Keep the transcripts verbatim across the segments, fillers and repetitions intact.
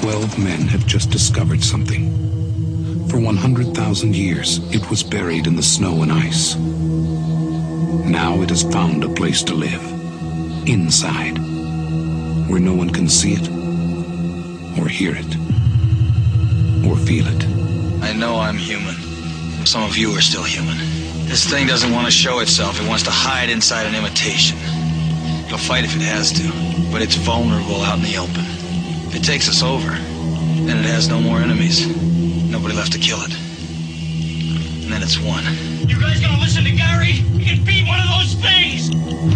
Twelve men have just discovered something. For one hundred thousand years, it was buried in the snow and ice. Now it has found a place to live. Inside. Where no one can see it, or hear it, or feel it. I know I'm human. Some of you are still human. This thing doesn't want to show itself. It wants to hide inside an imitation. It'll fight if it has to, but it's vulnerable out in the open. If it takes us over, then it has no more enemies. Nobody left to kill it. And then it's won. You guys gonna listen to Gary? He can beat one of those things!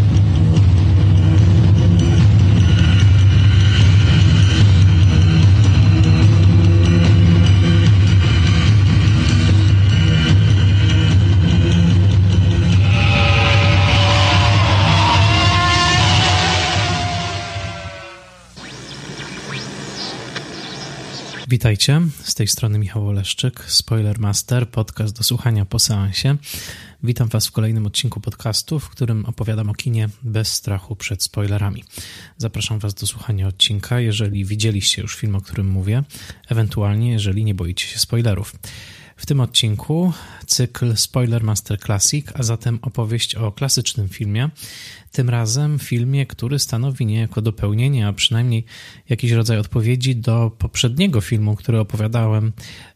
Witajcie, z tej strony Michał Oleszczyk, Spoilermaster, podcast do słuchania po seansie. Witam Was w kolejnym odcinku podcastu, w którym opowiadam o kinie bez strachu przed spoilerami. Zapraszam Was do słuchania odcinka, jeżeli widzieliście już film, o którym mówię, ewentualnie jeżeli nie boicie się spoilerów. W tym odcinku cykl Spoilermaster Classic, a zatem opowieść o klasycznym filmie, tym razem filmie, który stanowi niejako dopełnienie, a przynajmniej jakiś rodzaj odpowiedzi do poprzedniego filmu, który opowiadałem,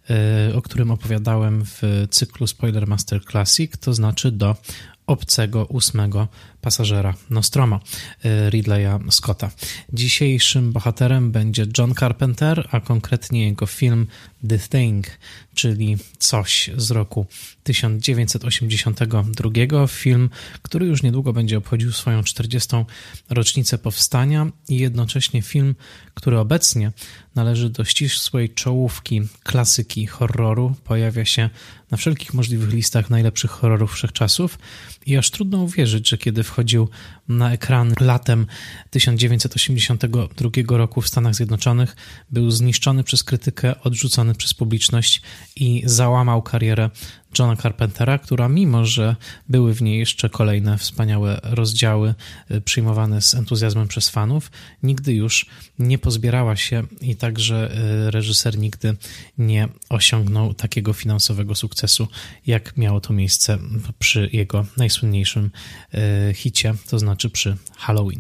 o którym opowiadałem w cyklu Spoilermaster Classic, to znaczy do Obcego ósmego pasażera Nostroma Ridleya Scotta. Dzisiejszym bohaterem będzie John Carpenter, a konkretnie jego film The Thing, czyli Coś z roku tysiąc dziewięćset osiemdziesiątego drugiego. Film, który już niedługo będzie obchodził swoją czterdziestą rocznicę powstania i jednocześnie film, który obecnie należy do ścisłej czołówki klasyki horroru. Pojawia się na wszelkich możliwych listach najlepszych horrorów wszechczasów i aż trudno uwierzyć, że kiedy wchodził na ekran latem tysiąc dziewięćset osiemdziesiątego drugiego roku w Stanach Zjednoczonych, był zniszczony przez krytykę, odrzucony przez publiczność i załamał karierę Johna Carpentera, która mimo, że były w niej jeszcze kolejne wspaniałe rozdziały przyjmowane z entuzjazmem przez fanów, nigdy już nie pozbierała się i także reżyser nigdy nie osiągnął takiego finansowego sukcesu, jak miało to miejsce przy jego najsłynniejszym hicie, to znaczy przy Halloween.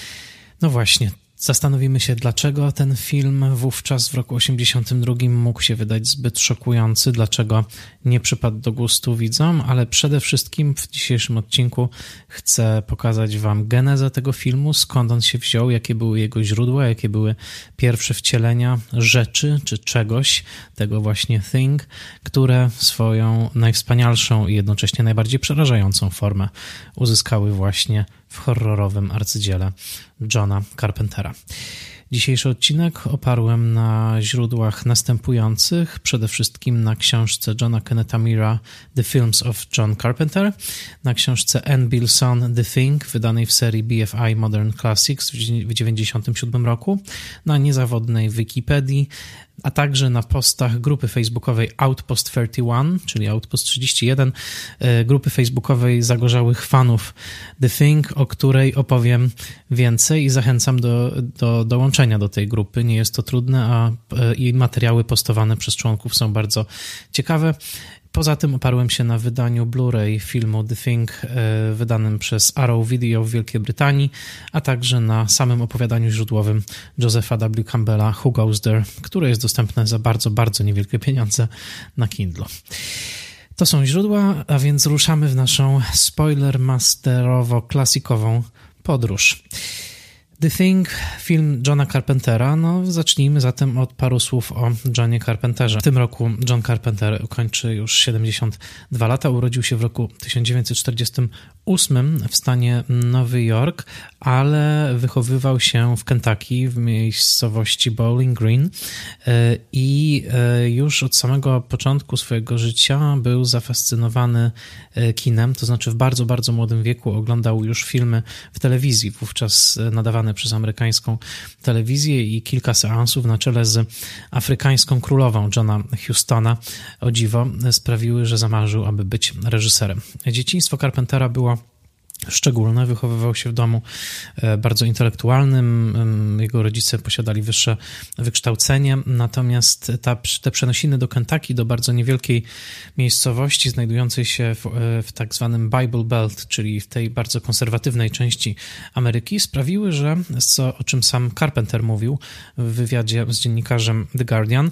No właśnie, zastanowimy się, dlaczego ten film wówczas w roku osiemdziesiątym drugim mógł się wydać zbyt szokujący, dlaczego nie przypadł do gustu widzom, ale przede wszystkim w dzisiejszym odcinku chcę pokazać Wam genezę tego filmu, skąd on się wziął, jakie były jego źródła, jakie były pierwsze wcielenia rzeczy czy czegoś, tego właśnie Thing, które swoją najwspanialszą i jednocześnie najbardziej przerażającą formę uzyskały właśnie w horrorowym arcydziele Johna Carpentera. Dzisiejszy odcinek oparłem na źródłach następujących, przede wszystkim na książce Johna Kennetha Meara The Films of John Carpenter, na książce Ann Bilson The Thing, wydanej w serii B F I Modern Classics w tysiąc dziewięćset dziewięćdziesiątym siódmym roku, na niezawodnej Wikipedii, a także na postach grupy facebookowej Outpost trzydzieści jeden, czyli Outpost trzydzieści jeden, grupy facebookowej zagorzałych fanów The Thing, o której opowiem więcej i zachęcam do, do dołączenia do tej grupy. Nie jest to trudne, a i materiały postowane przez członków są bardzo ciekawe. Poza tym oparłem się na wydaniu Blu-ray filmu The Thing wydanym przez Arrow Video w Wielkiej Brytanii, a także na samym opowiadaniu źródłowym Josepha W. Campbella Who Goes There, które jest dostępne za bardzo, bardzo niewielkie pieniądze na Kindle. To są źródła, a więc ruszamy w naszą spoilermasterowo-klasikową podróż. The Thing, film Johna Carpentera. No, zacznijmy zatem od paru słów o Johnie Carpenterze. W tym roku John Carpenter ukończy już siedemdziesiąt dwa lata. Urodził się w roku tysiąc dziewięćset czterdziestym ósmym w stanie Nowy Jork, ale wychowywał się w Kentucky, w miejscowości Bowling Green i już od samego początku swojego życia był zafascynowany kinem, to znaczy w bardzo, bardzo młodym wieku oglądał już filmy w telewizji, wówczas nadawane przez amerykańską telewizję i kilka seansów na czele z afrykańską królową Johna Hustona, o dziwo, sprawiły, że zamarzył, aby być reżyserem. Dzieciństwo Carpentera było szczególne. Wychowywał się w domu bardzo intelektualnym, jego rodzice posiadali wyższe wykształcenie, natomiast ta, te przenosiny do Kentucky, do bardzo niewielkiej miejscowości znajdującej się w, w tak zwanym Bible Belt, czyli w tej bardzo konserwatywnej części Ameryki, sprawiły, że, co, o czym sam Carpenter mówił w wywiadzie z dziennikarzem The Guardian,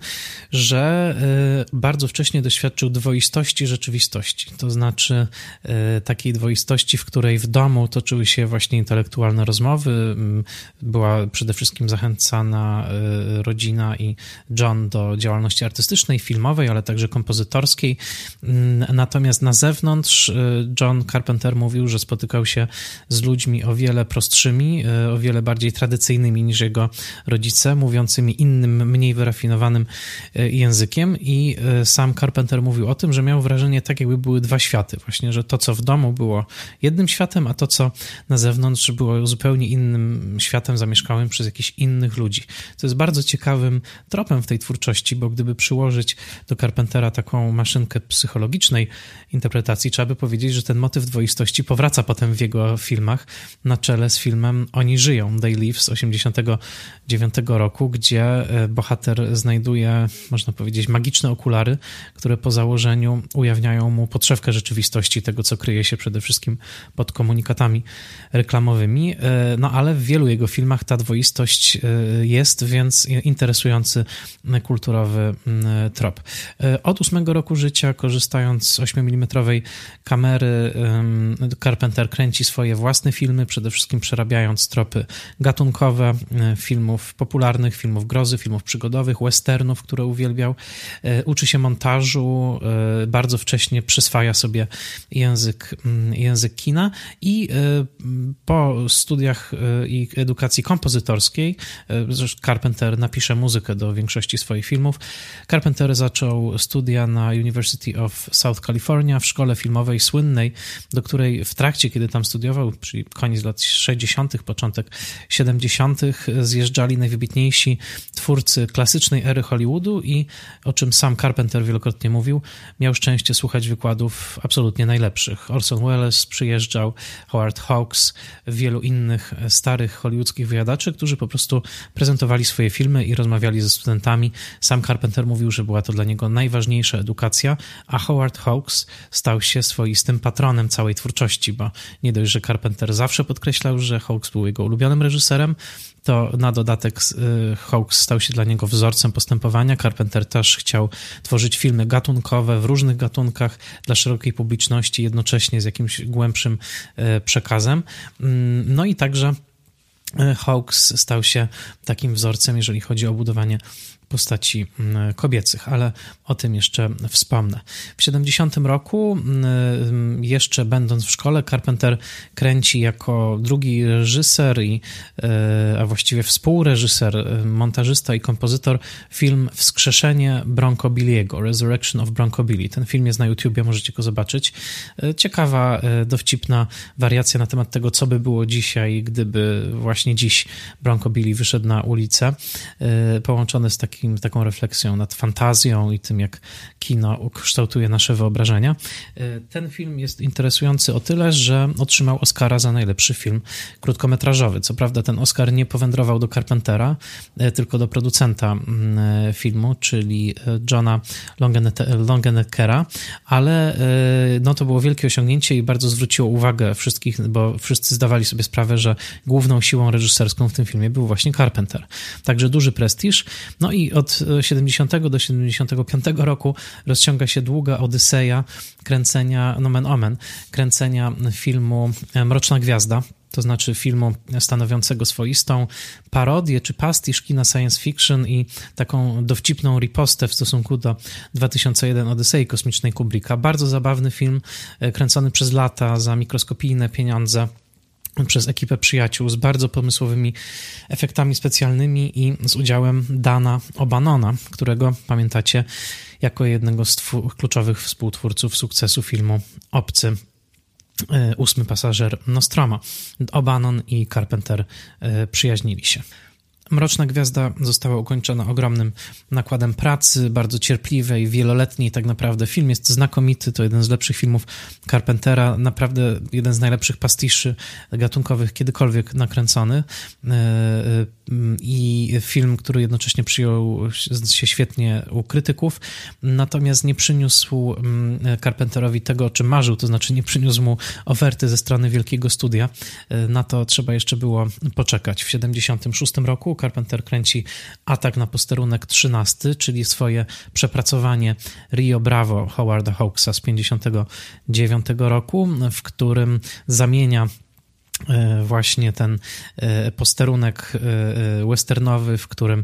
że bardzo wcześnie doświadczył dwoistości rzeczywistości, to znaczy takiej dwoistości, w której w domu toczyły się właśnie intelektualne rozmowy. Była przede wszystkim zachęcana rodzina i John do działalności artystycznej, filmowej, ale także kompozytorskiej. Natomiast na zewnątrz John Carpenter mówił, że spotykał się z ludźmi o wiele prostszymi, o wiele bardziej tradycyjnymi niż jego rodzice, mówiącymi innym, mniej wyrafinowanym językiem i sam Carpenter mówił o tym, że miał wrażenie, tak jakby były dwa światy. Właśnie, że to, co w domu było jednym światem, a to, co na zewnątrz, było zupełnie innym światem zamieszkałym przez jakichś innych ludzi. To jest bardzo ciekawym tropem w tej twórczości, bo gdyby przyłożyć do Carpentera taką maszynkę psychologicznej interpretacji, trzeba by powiedzieć, że ten motyw dwoistości powraca potem w jego filmach na czele z filmem Oni żyją, They Live z osiemdziesiątego dziewiątego roku, gdzie bohater znajduje, można powiedzieć, magiczne okulary, które po założeniu ujawniają mu podszewkę rzeczywistości tego, co kryje się przede wszystkim pod komunikatami reklamowymi, no ale w wielu jego filmach ta dwoistość jest, więc interesujący kulturowy trop. Od ósmego roku życia, korzystając z ośmiomilimetrowej kamery, Carpenter kręci swoje własne filmy, przede wszystkim przerabiając tropy gatunkowe filmów popularnych, filmów grozy, filmów przygodowych, westernów, które uwielbiał. Uczy się montażu, bardzo wcześnie przyswaja sobie język, język kina i po studiach i edukacji kompozytorskiej, zresztą Carpenter napisze muzykę do większości swoich filmów, Carpenter zaczął studia na University of South California w szkole filmowej słynnej, do której w trakcie, kiedy tam studiował, czyli koniec lat sześćdziesiątych, początek siedemdziesiątych, zjeżdżali najwybitniejsi twórcy klasycznej ery Hollywoodu i, o czym sam Carpenter wielokrotnie mówił, miał szczęście słuchać wykładów absolutnie najlepszych. Orson Welles przyjeżdżał, Howard Hawks, wielu innych starych hollywoodzkich wyjadaczy, którzy po prostu prezentowali swoje filmy i rozmawiali ze studentami. Sam Carpenter mówił, że była to dla niego najważniejsza edukacja, a Howard Hawks stał się swoistym patronem całej twórczości, bo nie dość, że Carpenter zawsze podkreślał, że Hawks był jego ulubionym reżyserem, to na dodatek Hawks stał się dla niego wzorcem postępowania. Carpenter też chciał tworzyć filmy gatunkowe w różnych gatunkach dla szerokiej publiczności, jednocześnie z jakimś głębszym przekazem. No i także Hawks stał się takim wzorcem, jeżeli chodzi o budowanie postaci kobiecych, ale o tym jeszcze wspomnę. W siedemdziesiątym roku, jeszcze będąc w szkole, Carpenter kręci jako drugi reżyser, i, a właściwie współreżyser, montażysta i kompozytor film Wskrzeszenie Bronco Billy'ego, Resurrection of Bronco Billy. Ten film jest na YouTubie, możecie go zobaczyć. Ciekawa, dowcipna wariacja na temat tego, co by było dzisiaj, gdyby właśnie dziś Bronco Billy wyszedł na ulicę, połączone z takim taką refleksją nad fantazją i tym, jak kino kształtuje nasze wyobrażenia. Ten film jest interesujący o tyle, że otrzymał Oscara za najlepszy film krótkometrażowy. Co prawda ten Oscar nie powędrował do Carpentera, tylko do producenta filmu, czyli Johna Longenekera, ale no, to było wielkie osiągnięcie i bardzo zwróciło uwagę wszystkich, bo wszyscy zdawali sobie sprawę, że główną siłą reżyserską w tym filmie był właśnie Carpenter. Także duży prestiż. No i od siedemdziesiątego do siedemdziesiątego piątego roku rozciąga się długa odyseja kręcenia, nomen omen, kręcenia filmu Mroczna Gwiazda, to znaczy filmu stanowiącego swoistą parodię czy pastisz kina science fiction i taką dowcipną ripostę w stosunku do dwa tysiące jeden Odysei Kosmicznej Kubricka. Bardzo zabawny film, kręcony przez lata za mikroskopijne pieniądze przez ekipę przyjaciół z bardzo pomysłowymi efektami specjalnymi i z udziałem Dana O'Bannona, którego pamiętacie jako jednego z twu- kluczowych współtwórców sukcesu filmu Obcy, Ósmy pasażer Nostroma. O'Bannon i Carpenter przyjaźnili się. Mroczna Gwiazda została ukończona ogromnym nakładem pracy, bardzo cierpliwej, wieloletniej tak naprawdę. Film jest znakomity, to jeden z lepszych filmów Carpentera, naprawdę jeden z najlepszych pastiszy gatunkowych kiedykolwiek nakręcony i film, który jednocześnie przyjął się świetnie u krytyków, natomiast nie przyniósł Carpenterowi tego, o czym marzył, to znaczy nie przyniósł mu oferty ze strony wielkiego studia. Na to trzeba jeszcze było poczekać. W siedemdziesiątym szóstym roku Carpenter kręci Atak na posterunek trzynasty, czyli swoje przepracowanie Rio Bravo Howarda Hawksa z pięćdziesiątego dziewiątego roku, w którym zamienia właśnie ten posterunek westernowy, w którym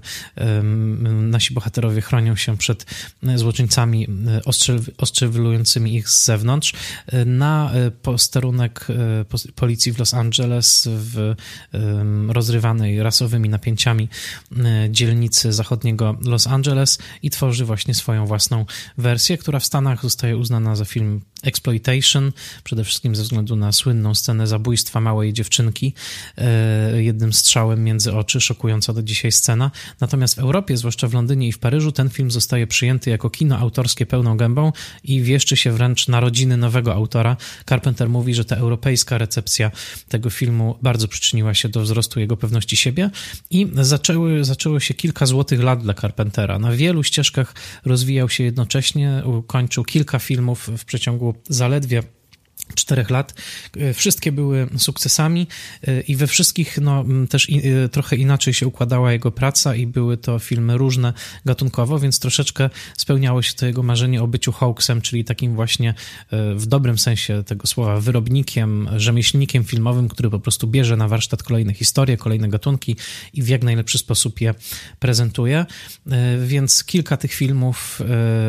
nasi bohaterowie chronią się przed złoczyńcami ostrzeliwującymi ich z zewnątrz, na posterunek policji w Los Angeles w rozrywanej rasowymi napięciami dzielnicy zachodniego Los Angeles i tworzy właśnie swoją własną wersję, która w Stanach zostaje uznana za film exploitation, przede wszystkim ze względu na słynną scenę zabójstwa małej dziewczynki jednym strzałem między oczy, szokująca do dzisiaj scena. Natomiast w Europie, zwłaszcza w Londynie i w Paryżu, ten film zostaje przyjęty jako kino autorskie pełną gębą i wieszczy się wręcz narodziny nowego autora. Carpenter mówi, że ta europejska recepcja tego filmu bardzo przyczyniła się do wzrostu jego pewności siebie i zaczęły, zaczęło się kilka złotych lat dla Carpentera. Na wielu ścieżkach rozwijał się jednocześnie, ukończył kilka filmów w przeciągu zaledwie czterech lat. Wszystkie były sukcesami i we wszystkich no, też i, trochę inaczej się układała jego praca i były to filmy różne gatunkowo, więc troszeczkę spełniało się to jego marzenie o byciu Hawksem, czyli takim właśnie w dobrym sensie tego słowa wyrobnikiem, rzemieślnikiem filmowym, który po prostu bierze na warsztat kolejne historie, kolejne gatunki i w jak najlepszy sposób je prezentuje. Więc kilka tych filmów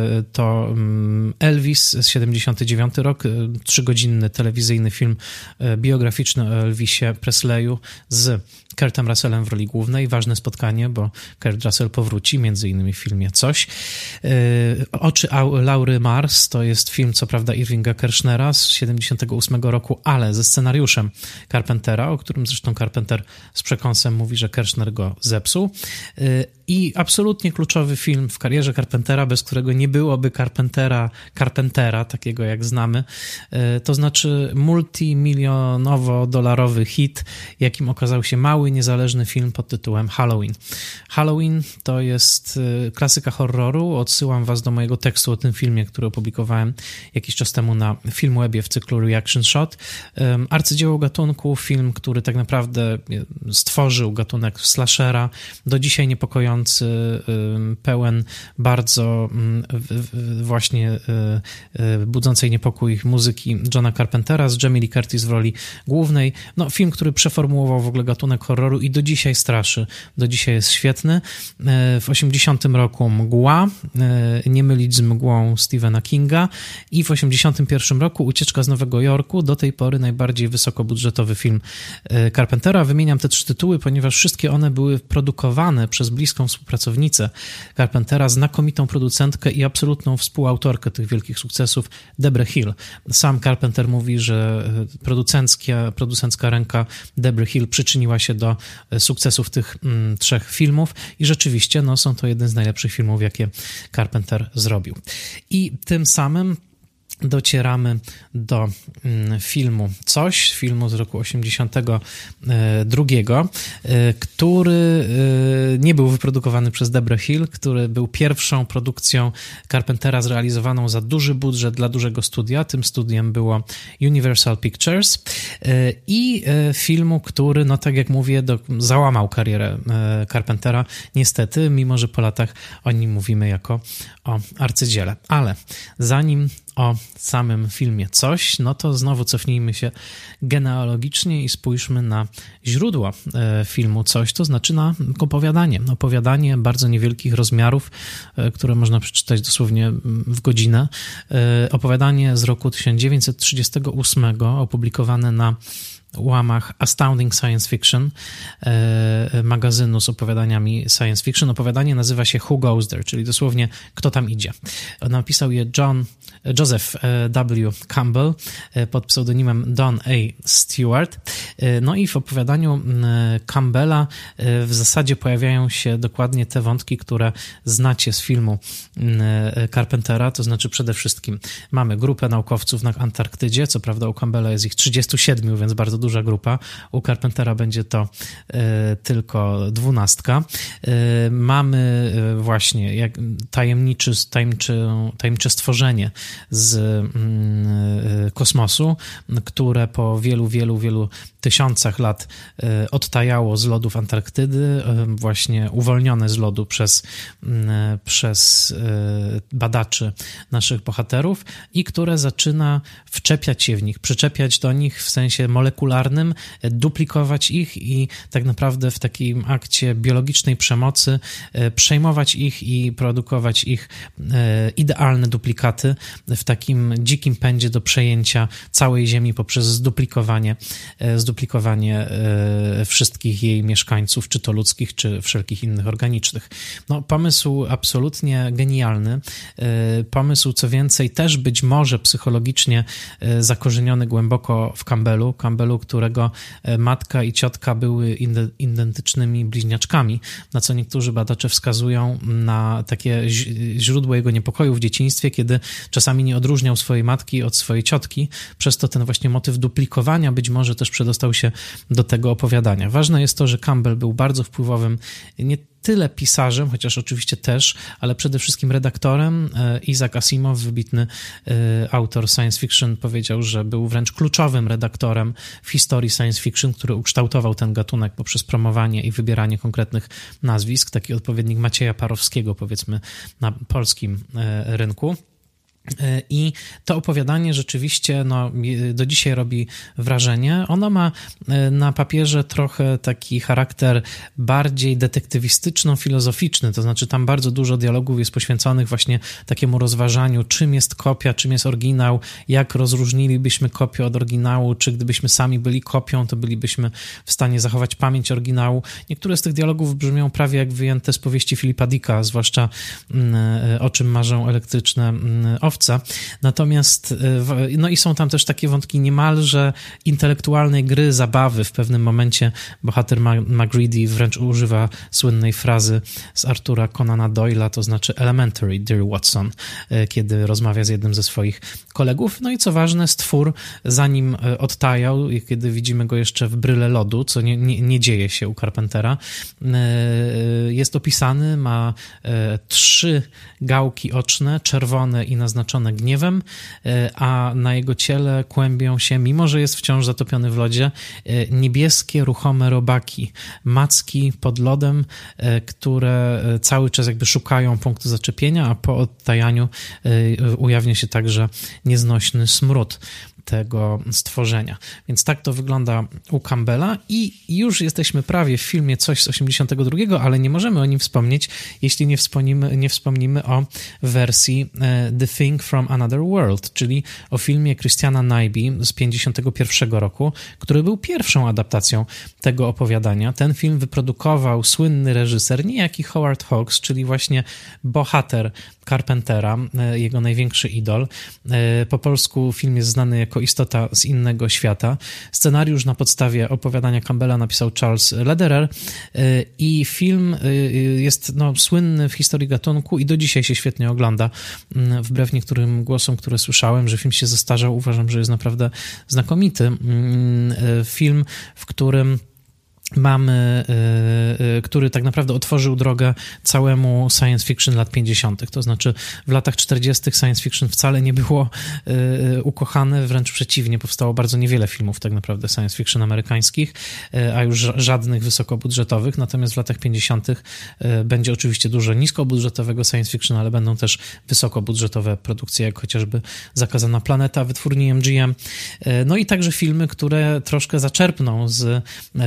to Elvis z siedemdziesiąty dziewiąty rok, trzy godziny telewizyjny film biograficzny o Elvisie Presleyu z Kurtem Russellem w roli głównej. Ważne spotkanie, bo Kurt Russell powróci, między innymi w filmie Coś. Oczy Laury Mars to jest film, co prawda, Irvinga Kershner'a z siedemdziesiątego ósmego roku, ale ze scenariuszem Carpentera, o którym zresztą Carpenter z przekąsem mówi, że Kershner go zepsuł. I absolutnie kluczowy film w karierze Carpentera, bez którego nie byłoby Carpentera, Carpentera, takiego jak znamy, to znaczy multimilionowo-dolarowy hit, jakim okazał się mały, niezależny film pod tytułem Halloween. Halloween to jest klasyka horroru. Odsyłam was do mojego tekstu o tym filmie, który opublikowałem jakiś czas temu na Filmwebie w cyklu Reaction Shot. Arcydzieło gatunku, film, który tak naprawdę stworzył gatunek slashera, do dzisiaj niepokojący, pełen bardzo właśnie budzącej niepokój muzyki Johna Carpentera z Jamie Lee Curtis w roli głównej. No, film, który przeformułował w ogóle gatunek horroru i do dzisiaj straszy. Do dzisiaj jest świetny. W osiemdziesiątym roku Mgła, nie mylić z Mgłą Stephena Kinga, i w osiemdziesiątym pierwszym roku Ucieczka z Nowego Jorku, do tej pory najbardziej wysokobudżetowy film Carpentera. Wymieniam te trzy tytuły, ponieważ wszystkie one były produkowane przez bliską współpracownicę Carpentera, znakomitą producentkę i absolutną współautorkę tych wielkich sukcesów, Deborah Hill. Sam Carpenter mówi, że producencka, producencka ręka Deborah Hill przyczyniła się do sukcesów tych mm, trzech filmów i rzeczywiście no, są to jeden z najlepszych filmów, jakie Carpenter zrobił. I tym samym docieramy do filmu Coś, filmu z roku osiemdziesiątego drugiego, który nie był wyprodukowany przez Deborah Hill, który był pierwszą produkcją Carpentera zrealizowaną za duży budżet dla dużego studia. Tym studiem było Universal Pictures i filmu, który, no tak jak mówię, do, załamał karierę Carpentera, niestety, mimo że po latach o nim mówimy jako o arcydziele. Ale zanim o samym filmie Coś, no to znowu cofnijmy się genealogicznie i spójrzmy na źródło filmu Coś, to znaczy na opowiadanie. Opowiadanie bardzo niewielkich rozmiarów, które można przeczytać dosłownie w godzinę. Opowiadanie z roku tysiąc dziewięćset trzydziestego ósmego, opublikowane na łamach Astounding Science Fiction, magazynu z opowiadaniami science fiction. Opowiadanie nazywa się Who Goes There, czyli dosłownie kto tam idzie. Napisał je John, Joseph W. Campbell pod pseudonimem Don A. Stewart. No i w opowiadaniu Campbella w zasadzie pojawiają się dokładnie te wątki, które znacie z filmu Carpentera, to znaczy przede wszystkim mamy grupę naukowców na Antarktydzie, co prawda u Campbella jest ich trzydziestu siedmiu, więc bardzo duża grupa. U Carpentera będzie to tylko dwunastka. Mamy właśnie jak tajemniczy, tajemniczy, tajemnicze stworzenie z kosmosu, które po wielu, wielu, wielu tysiącach lat odtajało z lodów Antarktydy, właśnie uwolnione z lodu przez, przez badaczy naszych bohaterów i które zaczyna wczepiać się w nich, przyczepiać do nich w sensie molekularnym, duplikować ich i tak naprawdę w takim akcie biologicznej przemocy przejmować ich i produkować ich idealne duplikaty w takim dzikim pędzie do przejęcia całej Ziemi poprzez zduplikowanie, zduplikowanie wszystkich jej mieszkańców, czy to ludzkich, czy wszelkich innych organicznych. No, pomysł absolutnie genialny. Pomysł, co więcej, też być może psychologicznie zakorzeniony głęboko w Campbellu, Campbellu, którego matka i ciotka były identycznymi bliźniaczkami, na co niektórzy badacze wskazują na takie źródło jego niepokoju w dzieciństwie, kiedy czasami nie odróżniał swojej matki od swojej ciotki, przez to ten właśnie motyw duplikowania być może też przedostał się do tego opowiadania. Ważne jest to, że Campbell był bardzo wpływowym, nie tyle pisarzem, chociaż oczywiście też, ale przede wszystkim redaktorem. Isaac Asimov, wybitny autor science fiction, powiedział, że był wręcz kluczowym redaktorem w historii science fiction, który ukształtował ten gatunek poprzez promowanie i wybieranie konkretnych nazwisk, taki odpowiednik Macieja Parowskiego, powiedzmy, na polskim rynku. I to opowiadanie rzeczywiście no, do dzisiaj robi wrażenie. Ono ma na papierze trochę taki charakter bardziej detektywistyczno-filozoficzny, to znaczy tam bardzo dużo dialogów jest poświęconych właśnie takiemu rozważaniu, czym jest kopia, czym jest oryginał, jak rozróżnilibyśmy kopię od oryginału, czy gdybyśmy sami byli kopią, to bylibyśmy w stanie zachować pamięć oryginału. Niektóre z tych dialogów brzmią prawie jak wyjęte z powieści Philipa Dicka, zwłaszcza O czym marzą elektryczne owce. Natomiast, no i są tam też takie wątki niemalże intelektualnej gry, zabawy. W pewnym momencie bohater MacReady wręcz używa słynnej frazy z Artura Conana Doyle'a, to znaczy elementary, dear Watson, kiedy rozmawia z jednym ze swoich kolegów. No i co ważne, stwór zanim odtajał, kiedy widzimy go jeszcze w bryle lodu, co nie, nie, nie dzieje się u Carpentera, jest opisany, ma trzy gałki oczne, czerwone i naznaczone gniewem, a na jego ciele kłębią się, mimo że jest wciąż zatopiony w lodzie, niebieskie, ruchome robaki, macki pod lodem, które cały czas jakby szukają punktu zaczepienia, a po odtajaniu ujawnia się także nieznośny smród tego stworzenia. Więc tak to wygląda u Campbella i już jesteśmy prawie w filmie coś z osiemdziesiątego drugiego, ale nie możemy o nim wspomnieć, jeśli nie wspomnimy, nie wspomnimy o wersji The Thing from Another World, czyli o filmie Christiana Nyby z pięćdziesiątego pierwszego roku, który był pierwszą adaptacją tego opowiadania. Ten film wyprodukował słynny reżyser, niejaki Howard Hawks, czyli właśnie bohater Carpentera, jego największy idol. Po polsku film jest znany jako Istota z innego świata. Scenariusz na podstawie opowiadania Campbella napisał Charles Lederer i film jest no, słynny w historii gatunku i do dzisiaj się świetnie ogląda. Wbrew niektórym głosom, które słyszałem, że film się zestarzał, uważam, że jest naprawdę znakomity. Film, w którym mamy, który tak naprawdę otworzył drogę całemu science fiction lat pięćdziesiątych. To znaczy w latach czterdziestych science fiction wcale nie było ukochane, wręcz przeciwnie, powstało bardzo niewiele filmów tak naprawdę science fiction amerykańskich, a już żadnych wysokobudżetowych, natomiast w latach pięćdziesiątych będzie oczywiście dużo niskobudżetowego science fiction, ale będą też wysokobudżetowe produkcje, jak chociażby Zakazana Planeta wytwórni M G M. No i także filmy, które troszkę zaczerpną z pomysłu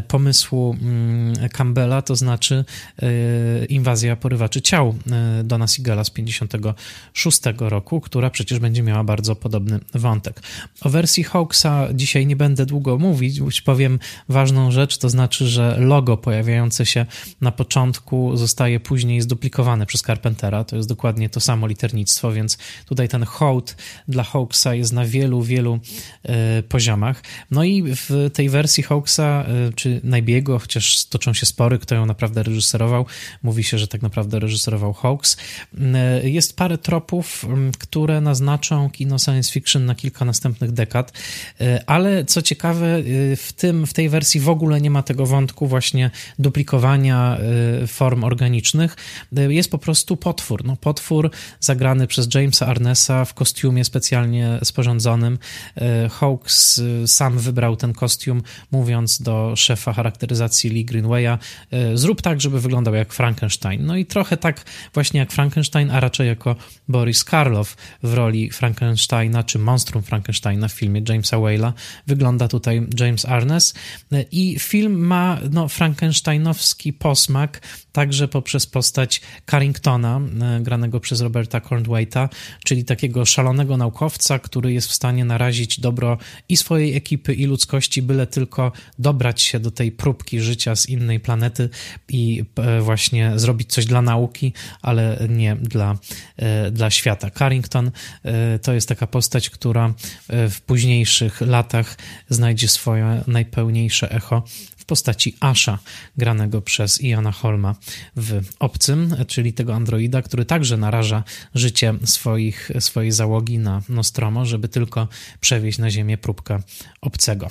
pomysłu Campbella, to znaczy Inwazja porywaczy ciał Dona Siegela z pięćdziesiątego szóstego roku, która przecież będzie miała bardzo podobny wątek. O wersji Hawksa dzisiaj nie będę długo mówić, powiem ważną rzecz, to znaczy, że logo pojawiające się na początku zostaje później zduplikowane przez Carpentera, to jest dokładnie to samo liternictwo, więc tutaj ten hołd dla Hawksa jest na wielu, wielu y, poziomach. No i w tej wersji Hawksa, y, czy Najbiego, chociaż toczą się spory, kto ją naprawdę reżyserował, mówi się, że tak naprawdę reżyserował Hawks. Y, jest parę tropów, y, które naznaczą kino science fiction na kilka następnych dekad, y, ale co ciekawe, y, w tym, w tej wersji w ogóle nie ma tego wątku właśnie duplikowania y, form organicznych. Y, jest po prostu potwór. No, potwór zagrany przez Jamesa Arnessa w kostiumie specjalnie sporządzonym. Hawks sam wybrał ten kostium, mówiąc do szefa charakteryzacji Lee Greenwaya, zrób tak, żeby wyglądał jak Frankenstein. No i trochę tak właśnie jak Frankenstein, a raczej jako Boris Karloff w roli Frankensteina, czy monstrum Frankensteina w filmie Jamesa Whale'a wygląda tutaj James Arness. I film ma no, frankensteinowski posmak, także poprzez postać Carringtona, granego przez Roberta Cornwaita, czyli takiego szalonego naukowca, który jest w stanie narazić dobro i swojej ekipy, i ludzkości, byle tylko dobrać się do tej próbki życia z innej planety i właśnie zrobić coś dla nauki, ale nie dla, dla świata. Carrington to jest taka postać, która w późniejszych latach znajdzie swoje najpełniejsze echo w postaci Asha, granego przez Iana Holma w Obcym, czyli tego androida, który także naraża życie swoich, swojej załogi na Nostromo, żeby tylko przewieźć na ziemię próbkę obcego.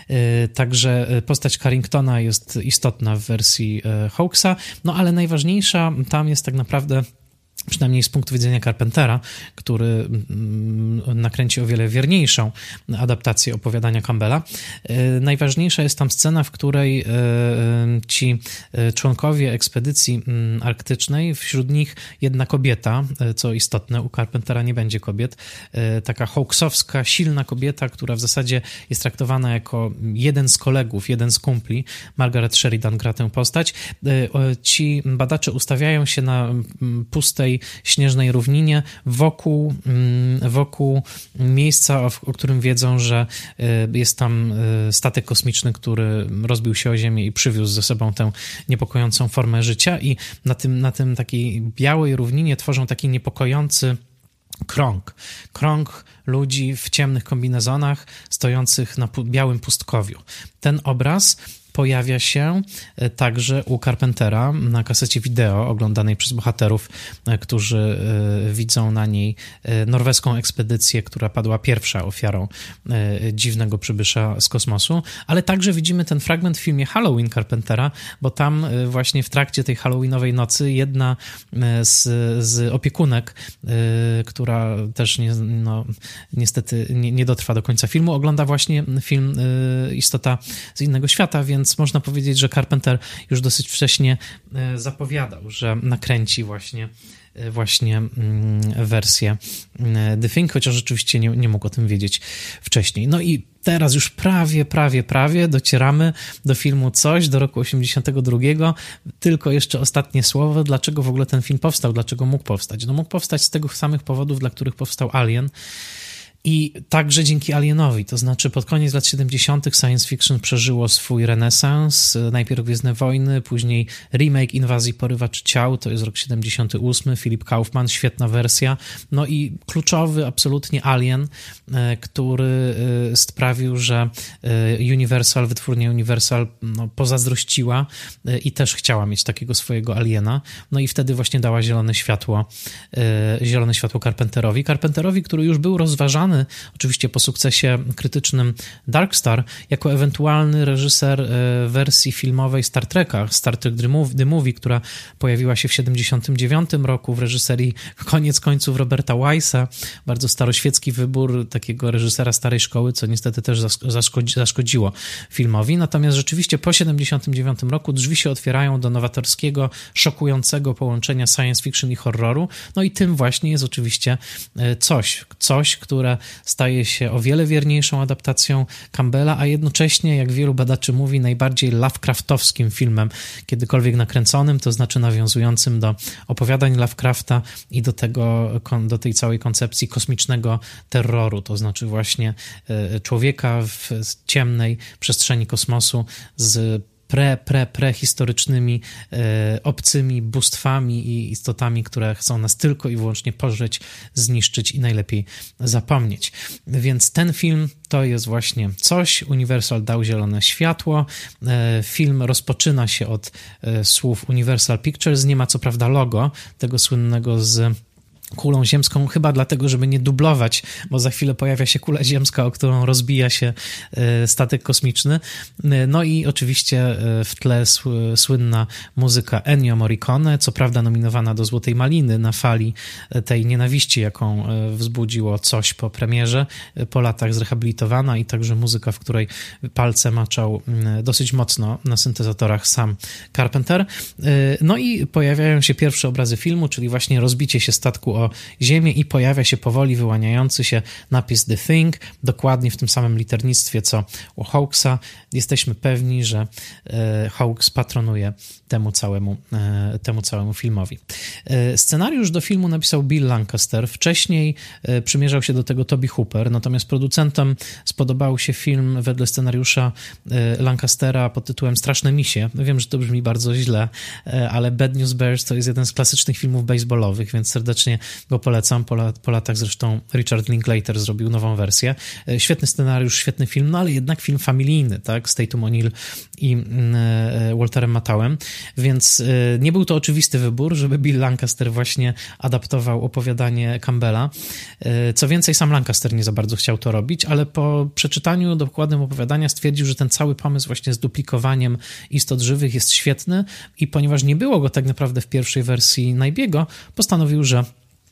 Także postać Carringtona jest istotna w wersji Hawksa, no ale najważniejsza tam jest tak naprawdę, przynajmniej z punktu widzenia Carpentera, który nakręci o wiele wierniejszą adaptację opowiadania Campbella. Najważniejsza jest tam scena, w której ci członkowie ekspedycji arktycznej, wśród nich jedna kobieta, co istotne, u Carpentera nie będzie kobiet, taka hawksowska, silna kobieta, która w zasadzie jest traktowana jako jeden z kolegów, jeden z kumpli. Margaret Sheridan gra tę postać. Ci badacze ustawiają się na pustej śnieżnej równinie wokół, wokół miejsca, o, o którym wiedzą, że jest tam statek kosmiczny, który rozbił się o Ziemię i przywiózł ze sobą tę niepokojącą formę życia, i na tym, na tym takiej białej równinie tworzą taki niepokojący krąg. Krąg ludzi w ciemnych kombinezonach stojących na pu- białym pustkowiu. Ten obraz pojawia się także u Carpentera na kasecie wideo oglądanej przez bohaterów, którzy widzą na niej norweską ekspedycję, która padła pierwsza ofiarą dziwnego przybysza z kosmosu, ale także widzimy ten fragment w filmie Halloween Carpentera, bo tam właśnie w trakcie tej halloweenowej nocy jedna z, z opiekunek, która też nie, no, niestety nie, nie dotrwa do końca filmu, ogląda właśnie film Istota z innego świata, więc można powiedzieć, że Carpenter już dosyć wcześnie zapowiadał, że nakręci właśnie, właśnie wersję The Thing, chociaż rzeczywiście nie, nie mógł o tym wiedzieć wcześniej. No i teraz już prawie, prawie, prawie docieramy do filmu Coś, do roku osiemdziesiątego drugiego. Tylko jeszcze ostatnie słowo, dlaczego w ogóle ten film powstał, dlaczego mógł powstać. No mógł powstać z tych samych powodów, dla których powstał Alien. I także dzięki Alienowi, to znaczy pod koniec lat siedemdziesiątych science fiction przeżyło swój renesans, najpierw Gwiezdne Wojny, później remake Inwazji porywaczy ciał, to jest rok siedemdziesiąty ósmy, Philip Kaufman, świetna wersja, no i kluczowy absolutnie Alien, który sprawił, że Universal, wytwórnia Universal no, pozazdrościła i też chciała mieć takiego swojego Aliena, no i wtedy właśnie dała zielone światło, zielone światło Carpenterowi, Carpenterowi, który już był rozważany oczywiście po sukcesie krytycznym Dark Star, jako ewentualny reżyser wersji filmowej Star Treka, Star Trek The Movie, która pojawiła się w siedemdziesiątym dziewiątym roku w reżyserii koniec końców Roberta Weissa, bardzo staroświecki wybór takiego reżysera starej szkoły, co niestety też zaszkodzi, zaszkodziło filmowi. Natomiast rzeczywiście po siedemdziesiątym dziewiątym roku drzwi się otwierają do nowatorskiego, szokującego połączenia science fiction i horroru, no i tym właśnie jest oczywiście coś, coś, które staje się o wiele wierniejszą adaptacją Campbella, a jednocześnie, jak wielu badaczy mówi, najbardziej Lovecraftowskim filmem kiedykolwiek nakręconym, to znaczy nawiązującym do opowiadań Lovecrafta i do tego, do tej całej koncepcji kosmicznego terroru, to znaczy właśnie człowieka w ciemnej przestrzeni kosmosu z pre, pre, prehistorycznymi e, obcymi bóstwami i istotami, które chcą nas tylko i wyłącznie pożreć, zniszczyć i najlepiej zapomnieć. Więc ten film to jest właśnie coś. Universal dał zielone światło. E, film rozpoczyna się od e, słów Universal Pictures. Nie ma co prawda logo tego słynnego z kulą ziemską, chyba dlatego, żeby nie dublować, bo za chwilę pojawia się kula ziemska, o którą rozbija się statek kosmiczny. No i oczywiście w tle słynna muzyka Ennio Morricone, co prawda nominowana do Złotej Maliny na fali tej nienawiści, jaką wzbudziło coś po premierze, po latach zrehabilitowana i także muzyka, w której palce maczał dosyć mocno na syntezatorach sam Carpenter. No i pojawiają się pierwsze obrazy filmu, czyli właśnie rozbicie się statku o ziemię i pojawia się powoli wyłaniający się napis The Thing, dokładnie w tym samym liternictwie co u Hawksa. Jesteśmy pewni, że e, Hawks patronuje temu całemu, e, temu całemu filmowi. E, scenariusz do filmu napisał Bill Lancaster. Wcześniej e, przymierzał się do tego Toby Hooper, natomiast producentom spodobał się film wedle scenariusza e, Lancastera pod tytułem Straszne misie. Wiem, że to brzmi bardzo źle, e, ale Bad News Bears to jest jeden z klasycznych filmów baseballowych, więc serdecznie go polecam. Po, lat, po latach zresztą Richard Linklater zrobił nową wersję. E, świetny scenariusz, świetny film, no ale jednak film familijny, tak, z Tatum O'Neill i e, Walterem Matthauem, więc e, nie był to oczywisty wybór, żeby Bill Lancaster właśnie adaptował opowiadanie Campbella. E, co więcej, sam Lancaster nie za bardzo chciał to robić, ale po przeczytaniu dokładnym opowiadania stwierdził, że ten cały pomysł właśnie z duplikowaniem istot żywych jest świetny i ponieważ nie było go tak naprawdę w pierwszej wersji Najbiego, postanowił, że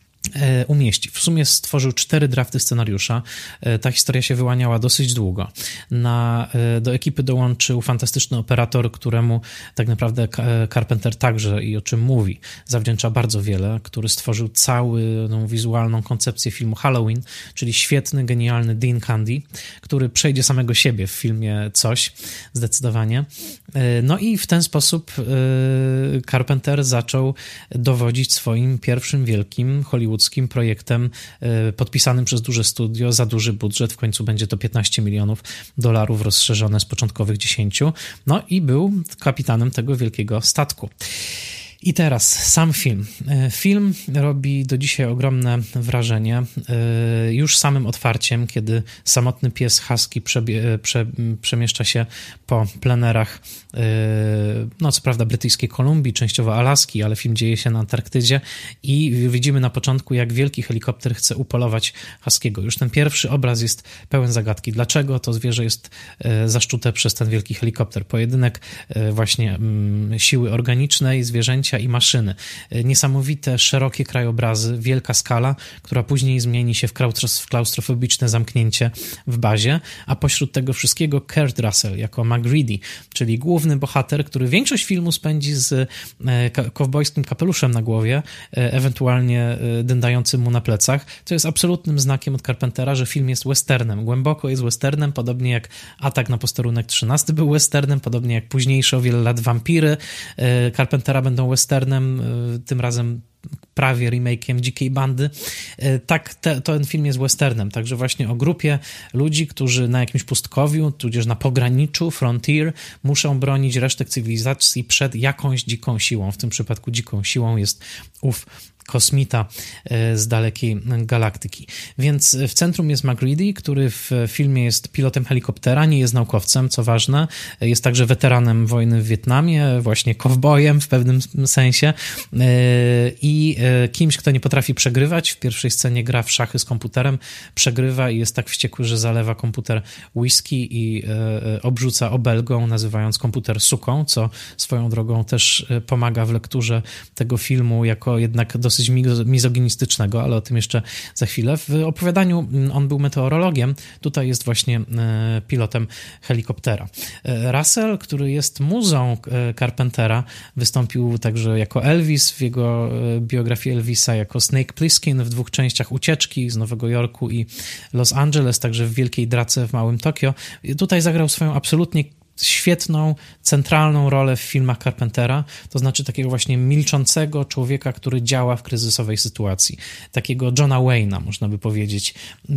umieści. W sumie stworzył cztery drafty scenariusza. Ta historia się wyłaniała dosyć długo. Na, do ekipy dołączył fantastyczny operator, któremu tak naprawdę Carpenter także, i o czym mówi, zawdzięcza bardzo wiele, który stworzył całą wizualną koncepcję filmu Halloween, czyli świetny, genialny Dean Candy, który przejdzie samego siebie w filmie Coś, zdecydowanie. No i w ten sposób Carpenter zaczął dowodzić swoim pierwszym wielkim hollywoodzkim projektem podpisanym przez duże studio za duży budżet. W końcu będzie to piętnaście milionów dolarów rozszerzone z początkowych dziesięciu. No i był kapitanem tego wielkiego statku. I teraz sam film. Film robi do dzisiaj ogromne wrażenie. Już samym otwarciem, kiedy samotny pies Husky przebie, prze, przemieszcza się po plenerach, no co prawda brytyjskiej Kolumbii, częściowo Alaski, ale film dzieje się na Antarktydzie i widzimy na początku, jak wielki helikopter chce upolować Huskiego. Już ten pierwszy obraz jest pełen zagadki. Dlaczego to zwierzę jest zaszczute przez ten wielki helikopter? Pojedynek właśnie siły organicznej, zwierzęcia i maszyny. Niesamowite, szerokie krajobrazy, wielka skala, która później zmieni się w klaustrofobiczne zamknięcie w bazie, a pośród tego wszystkiego Kurt Russell jako MacReady, czyli główny bohater, który większość filmu spędzi z kowbojskim kapeluszem na głowie, ewentualnie dędającym mu na plecach, co jest absolutnym znakiem od Carpentera, że film jest westernem. Głęboko jest westernem, podobnie jak Atak na posterunek trzynasty był westernem, podobnie jak późniejsze o wiele lat Wampiry Carpentera będą westernem, tym razem prawie remake'iem Dzikiej Bandy. Tak, te, ten film jest westernem, także właśnie o grupie ludzi, którzy na jakimś pustkowiu, tudzież na pograniczu, frontier, muszą bronić resztek cywilizacji przed jakąś dziką siłą. W tym przypadku dziką siłą jest ów kosmita z dalekiej galaktyki. Więc w centrum jest MacReady, który w filmie jest pilotem helikoptera, nie jest naukowcem, co ważne, jest także weteranem wojny w Wietnamie, właśnie kowbojem w pewnym sensie i kimś, kto nie potrafi przegrywać. W pierwszej scenie gra w szachy z komputerem, przegrywa i jest tak wściekły, że zalewa komputer whisky i obrzuca obelgą, nazywając komputer suką, co swoją drogą też pomaga w lekturze tego filmu jako jednak dosyć dosyć mizoginistycznego, ale o tym jeszcze za chwilę. W opowiadaniu on był meteorologiem, tutaj jest właśnie pilotem helikoptera. Russell, który jest muzą Carpentera, wystąpił także jako Elvis w jego biografii Elvisa, jako Snake Plissken w dwóch częściach Ucieczki z Nowego Jorku i Los Angeles, także w Wielkiej Drace w Małym Tokio. Tutaj zagrał swoją absolutnie świetną, centralną rolę w filmach Carpentera, to znaczy takiego właśnie milczącego człowieka, który działa w kryzysowej sytuacji. Takiego Johna Wayne'a, można by powiedzieć,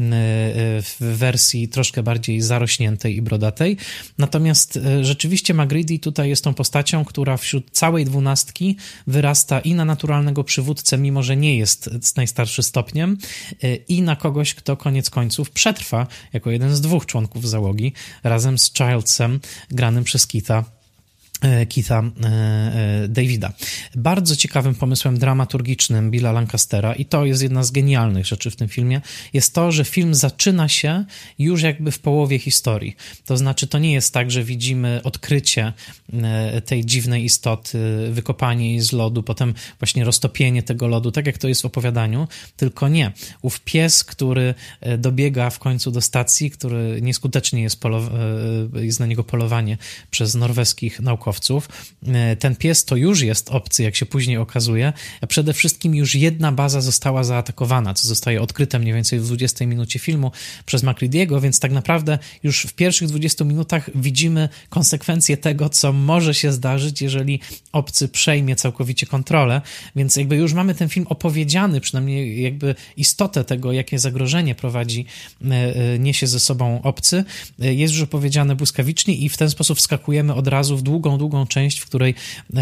w wersji troszkę bardziej zarośniętej i brodatej. Natomiast rzeczywiście MacReady tutaj jest tą postacią, która wśród całej dwunastki wyrasta i na naturalnego przywódcę, mimo że nie jest z najstarszy stopniem, i na kogoś, kto koniec końców przetrwa jako jeden z dwóch członków załogi, razem z Childsem, granym przez Keitha, Keitha Davida. Bardzo ciekawym pomysłem dramaturgicznym Billa Lancastera, i to jest jedna z genialnych rzeczy w tym filmie, jest to, że film zaczyna się już jakby w połowie historii. To znaczy, to nie jest tak, że widzimy odkrycie tej dziwnej istoty, wykopanie jej z lodu, potem właśnie roztopienie tego lodu, tak jak to jest w opowiadaniu, tylko nie. Ów pies, który dobiega w końcu do stacji, który nieskutecznie jest, polow- jest na niego polowanie przez norweskich naukowców, ten pies to już jest obcy, jak się później okazuje, a przede wszystkim już jedna baza została zaatakowana, co zostaje odkryte mniej więcej w dwudziestej minucie filmu przez MacReady'ego, więc tak naprawdę już w pierwszych dwudziestu minutach widzimy konsekwencje tego, co może się zdarzyć, jeżeli obcy przejmie całkowicie kontrolę, więc jakby już mamy ten film opowiedziany, przynajmniej jakby istotę tego, jakie zagrożenie prowadzi, niesie ze sobą obcy, jest już opowiedziane błyskawicznie i w ten sposób wskakujemy od razu w długą długą część, w której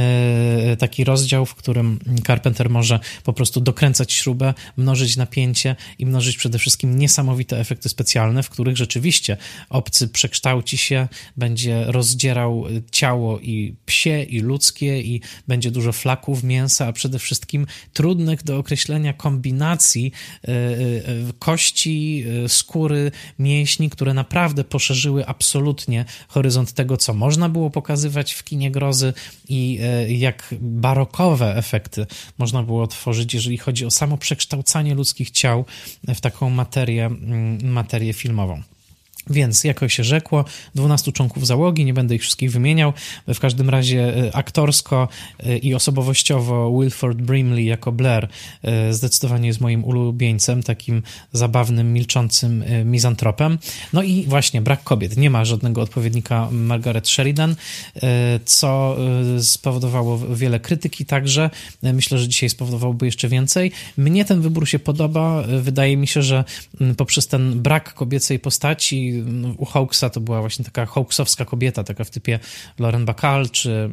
e, taki rozdział, w którym Carpenter może po prostu dokręcać śrubę, mnożyć napięcie i mnożyć przede wszystkim niesamowite efekty specjalne, w których rzeczywiście obcy przekształci się, będzie rozdzierał ciało i psie, i ludzkie, i będzie dużo flaków mięsa, a przede wszystkim trudnych do określenia kombinacji e, e, kości, e, skóry, mięśni, które naprawdę poszerzyły absolutnie horyzont tego, co można było pokazywać w kinie grozy i jak barokowe efekty można było tworzyć, jeżeli chodzi o samo przekształcanie ludzkich ciał w taką materię, materię filmową. Więc, jak się rzekło, dwunastu członków załogi, nie będę ich wszystkich wymieniał, w każdym razie aktorsko i osobowościowo Wilford Brimley jako Blair zdecydowanie jest moim ulubieńcem, takim zabawnym, milczącym mizantropem. No i właśnie, brak kobiet. Nie ma żadnego odpowiednika Margaret Sheridan, co spowodowało wiele krytyki także. Myślę, że dzisiaj spowodowałoby jeszcze więcej. Mnie ten wybór się podoba. Wydaje mi się, że poprzez ten brak kobiecej postaci u Hawkesa to była właśnie taka Hawksowska kobieta, taka w typie Lauren Bacall czy,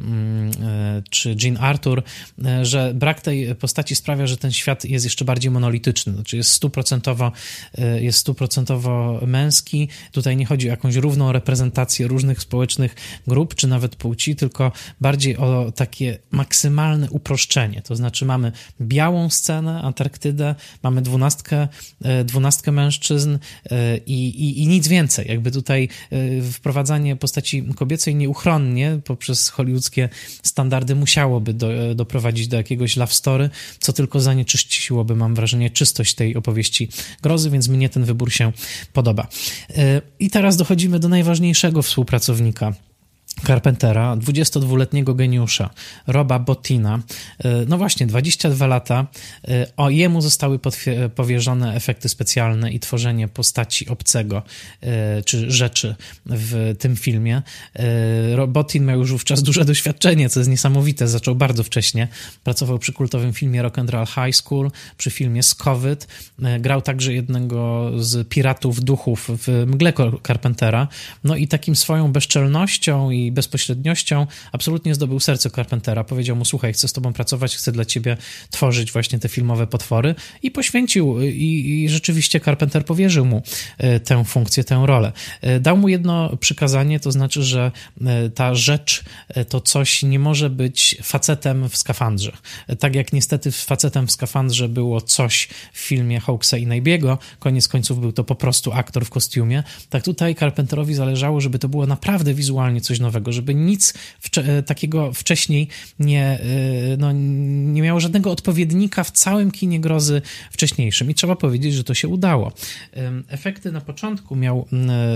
czy Jean Arthur, że brak tej postaci sprawia, że ten świat jest jeszcze bardziej monolityczny, znaczy jest stuprocentowo, jest stuprocentowo męski. Tutaj nie chodzi o jakąś równą reprezentację różnych społecznych grup, czy nawet płci, tylko bardziej o takie maksymalne uproszczenie. To znaczy mamy białą scenę, Antarktydę, mamy dwunastkę, dwunastkę mężczyzn i, i, i nic więcej. Jakby tutaj wprowadzanie postaci kobiecej nieuchronnie poprzez hollywoodzkie standardy musiałoby do, doprowadzić do jakiegoś love story, co tylko zanieczyściłoby, mam wrażenie, czystość tej opowieści grozy, więc mnie ten wybór się podoba. I teraz dochodzimy do najważniejszego współpracownika Carpentera, dwudziestodwuletniego geniusza, Roba Bottina. No właśnie, dwadzieścia dwa lata. O, jemu zostały potwier- powierzone efekty specjalne i tworzenie postaci obcego, czy rzeczy w tym filmie. Bottin miał już wówczas duże doświadczenie, co jest niesamowite. Zaczął bardzo wcześnie. Pracował przy kultowym filmie Rock and Roll High School, przy filmie Scovet. Grał także jednego z piratów duchów w Mgle Carpentera. No i takim swoją bezczelnością i bezpośredniością absolutnie zdobył serce Carpentera. Powiedział mu: słuchaj, chcę z tobą pracować, chcę dla ciebie tworzyć właśnie te filmowe potwory, i poświęcił i, i rzeczywiście Carpenter powierzył mu tę funkcję, tę rolę. Dał mu jedno przykazanie, to znaczy, że ta rzecz to coś nie może być facetem w skafandrze. Tak jak niestety facetem w skafandrze było coś w filmie Hawkesa i Neibiego, koniec końców był to po prostu aktor w kostiumie, tak tutaj Carpenterowi zależało, żeby to było naprawdę wizualnie coś nowego. końcowego, żeby nic wcze- takiego wcześniej nie, no, nie miało żadnego odpowiednika w całym kinie grozy wcześniejszym. I trzeba powiedzieć, że to się udało. Efekty na początku miał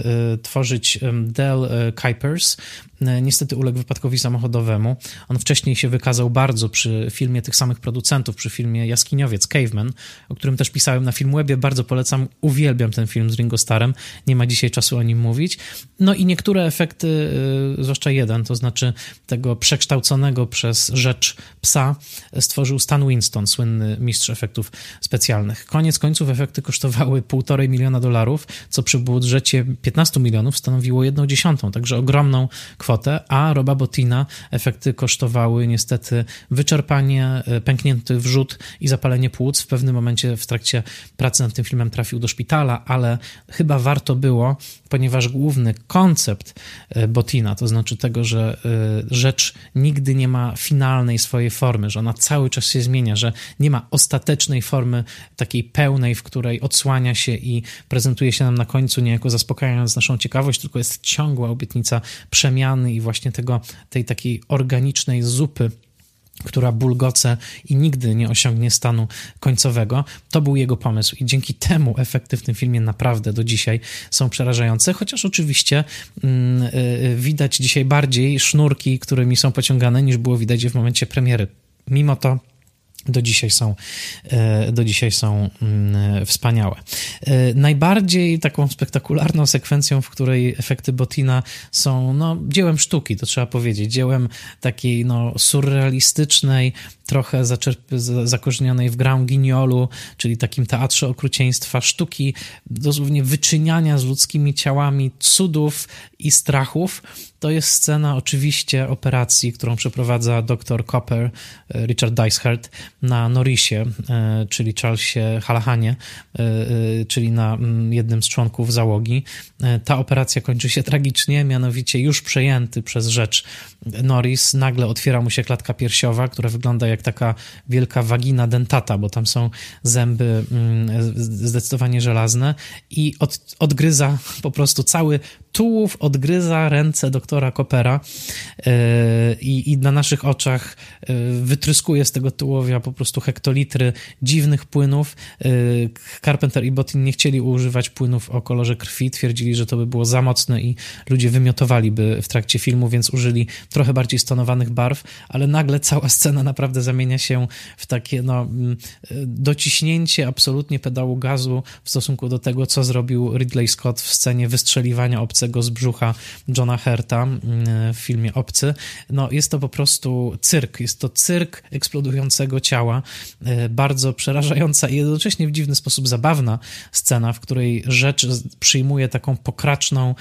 tworzyć Dale Kuipers. Niestety uległ wypadkowi samochodowemu. On wcześniej się wykazał bardzo przy filmie tych samych producentów, przy filmie Jaskiniowiec, Caveman, o którym też pisałem na Filmwebie. Bardzo polecam, uwielbiam ten film z Ringo Starrem. Nie ma dzisiaj czasu o nim mówić. No i niektóre efekty, zwłaszcza jeden, to znaczy tego przekształconego przez rzecz psa, stworzył Stan Winston, słynny mistrz efektów specjalnych. Koniec końców efekty kosztowały półtorej miliona dolarów, co przy budżecie piętnastu milionów stanowiło jedną dziesiątą, także ogromną kwotę, a Roba Bottina efekty kosztowały niestety wyczerpanie, pęknięty wrzód i zapalenie płuc. W pewnym momencie w trakcie pracy nad tym filmem trafił do szpitala, ale chyba warto było, ponieważ główny koncept Bottina, to znaczy tego, że rzecz nigdy nie ma finalnej swojej formy, że ona cały czas się zmienia, że nie ma ostatecznej formy takiej pełnej, w której odsłania się i prezentuje się nam na końcu, niejako zaspokajając naszą ciekawość, tylko jest ciągła obietnica przemiany i właśnie tego, tej takiej organicznej zupy, która bulgoce i nigdy nie osiągnie stanu końcowego. To był jego pomysł i dzięki temu efekty w tym filmie naprawdę do dzisiaj są przerażające, chociaż oczywiście mm, y, widać dzisiaj bardziej sznurki, którymi są pociągane, niż było widać je w momencie premiery. Mimo to do dzisiaj są, do dzisiaj są wspaniałe. Najbardziej taką spektakularną sekwencją, w której efekty Bottina są no, dziełem sztuki, to trzeba powiedzieć, dziełem takiej no, surrealistycznej, trochę zaczerp- zakorzenionej w Grand Guignolu, czyli takim teatrze okrucieństwa, sztuki dosłownie wyczyniania z ludzkimi ciałami cudów i strachów. To jest scena oczywiście operacji, którą przeprowadza doktor Copper, Richard Dicehart, na Norrisie, czyli Charlesie Hallahanie, czyli na jednym z członków załogi. Ta operacja kończy się tragicznie, mianowicie już przejęty przez rzecz Norris, nagle otwiera mu się klatka piersiowa, która wygląda jak taka wielka wagina dentata, bo tam są zęby zdecydowanie żelazne i od, odgryza po prostu cały tułów, odgryza ręce doktora Coppera i, i na naszych oczach wytryskuje z tego tułowia po prostu hektolitry dziwnych płynów. Carpenter i Bottin nie chcieli używać płynów o kolorze krwi, twierdzili, że to by było za mocne i ludzie wymiotowaliby w trakcie filmu, więc użyli trochę bardziej stonowanych barw, ale nagle cała scena naprawdę zamienia się w takie no, dociśnięcie absolutnie pedału gazu w stosunku do tego, co zrobił Ridley Scott w scenie wystrzeliwania obcego z brzucha Johna Hurta w filmie Obcy. No, jest to po prostu cyrk, jest to cyrk eksplodującego ciała, bardzo przerażająca i jednocześnie w dziwny sposób zabawna scena, w której rzecz przyjmuje taką pokraczną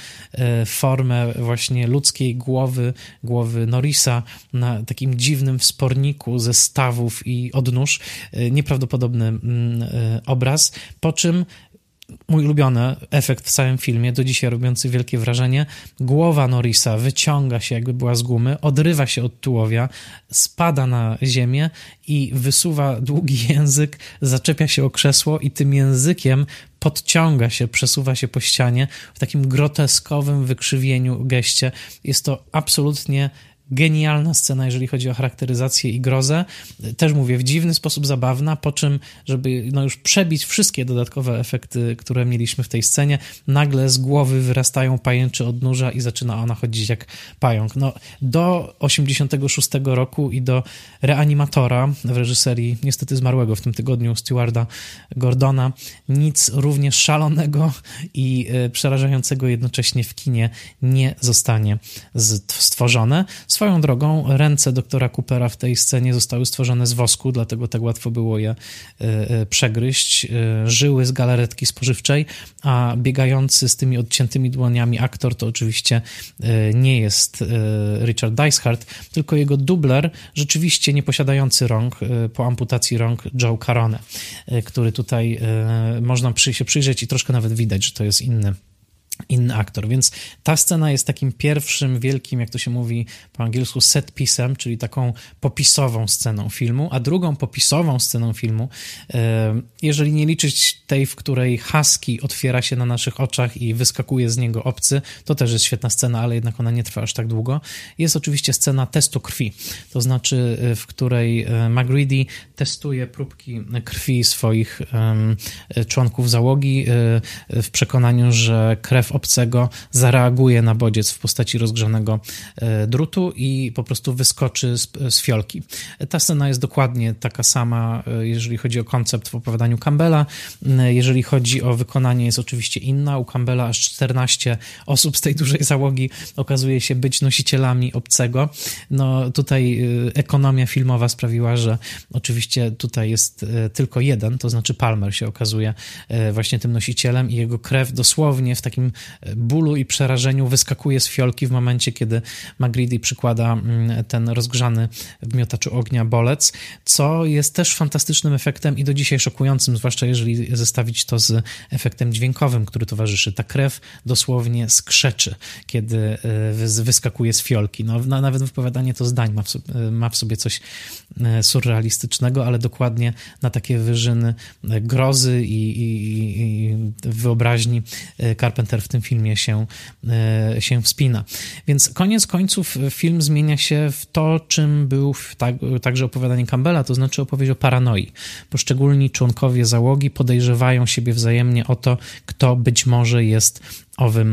formę właśnie ludzkiej głowy, głowy Norrisa na takim dziwnym wsporniku ze stawów i odnóż. Nieprawdopodobny obraz, po czym mój ulubiony efekt w całym filmie, do dzisiaj robiący wielkie wrażenie, głowa Norrisa wyciąga się jakby była z gumy, odrywa się od tułowia, spada na ziemię i wysuwa długi język, zaczepia się o krzesło i tym językiem podciąga się, przesuwa się po ścianie w takim groteskowym wykrzywieniu geście. Jest to absolutnie genialna scena, jeżeli chodzi o charakteryzację i grozę. Też mówię, w dziwny sposób zabawna, po czym, żeby no już przebić wszystkie dodatkowe efekty, które mieliśmy w tej scenie, nagle z głowy wyrastają pajęcze odnóża i zaczyna ona chodzić jak pająk. No, do osiemdziesiątego szóstego roku i do Reanimatora w reżyserii niestety zmarłego w tym tygodniu Stewarda Gordona nic równie szalonego i y, przerażającego jednocześnie w kinie nie zostanie stworzone. Swoją drogą ręce doktora Coopera w tej scenie zostały stworzone z wosku, dlatego tak łatwo było je y, przegryźć. Y, żyły z galaretki spożywczej, a biegający z tymi odciętymi dłoniami aktor to oczywiście y, nie jest y, Richard Dicehart, tylko jego dubler, rzeczywiście nie posiadający rąk, y, po amputacji rąk Joe Carone, y, który tutaj y, można przy, się przyjrzeć i troszkę nawet widać, że to jest inny inny aktor, więc ta scena jest takim pierwszym wielkim, jak to się mówi po angielsku, set piece'em, czyli taką popisową sceną filmu, a drugą popisową sceną filmu, jeżeli nie liczyć tej, w której husky otwiera się na naszych oczach i wyskakuje z niego obcy, to też jest świetna scena, ale jednak ona nie trwa aż tak długo, jest oczywiście scena testu krwi, to znaczy, w której MacReady testuje próbki krwi swoich um, członków załogi w przekonaniu, że krew obcego zareaguje na bodziec w postaci rozgrzanego drutu i po prostu wyskoczy z, z fiolki. Ta scena jest dokładnie taka sama, jeżeli chodzi o koncept w opowiadaniu Campbella. Jeżeli chodzi o wykonanie, jest oczywiście inna. U Campbella aż czternaście osób z tej dużej załogi okazuje się być nosicielami obcego. No tutaj ekonomia filmowa sprawiła, że oczywiście tutaj jest tylko jeden, to znaczy Palmer się okazuje właśnie tym nosicielem i jego krew dosłownie w takim bólu i przerażeniu wyskakuje z fiolki w momencie, kiedy MacReady przykłada ten rozgrzany w miotaczu ognia bolec, co jest też fantastycznym efektem i do dzisiaj szokującym, zwłaszcza jeżeli zestawić to z efektem dźwiękowym, który towarzyszy. Ta krew dosłownie skrzeczy, kiedy wyskakuje z fiolki. No, nawet wypowiadanie to zdań ma w sobie, ma w sobie coś surrealistycznego, ale dokładnie na takie wyżyny grozy i, i, i wyobraźni Carpenter w tym filmie się, się wspina. Więc koniec końców film zmienia się w to, czym był tak, także opowiadanie Campbella, to znaczy opowieść o paranoi. Poszczególni członkowie załogi podejrzewają siebie wzajemnie o to, kto być może jest owym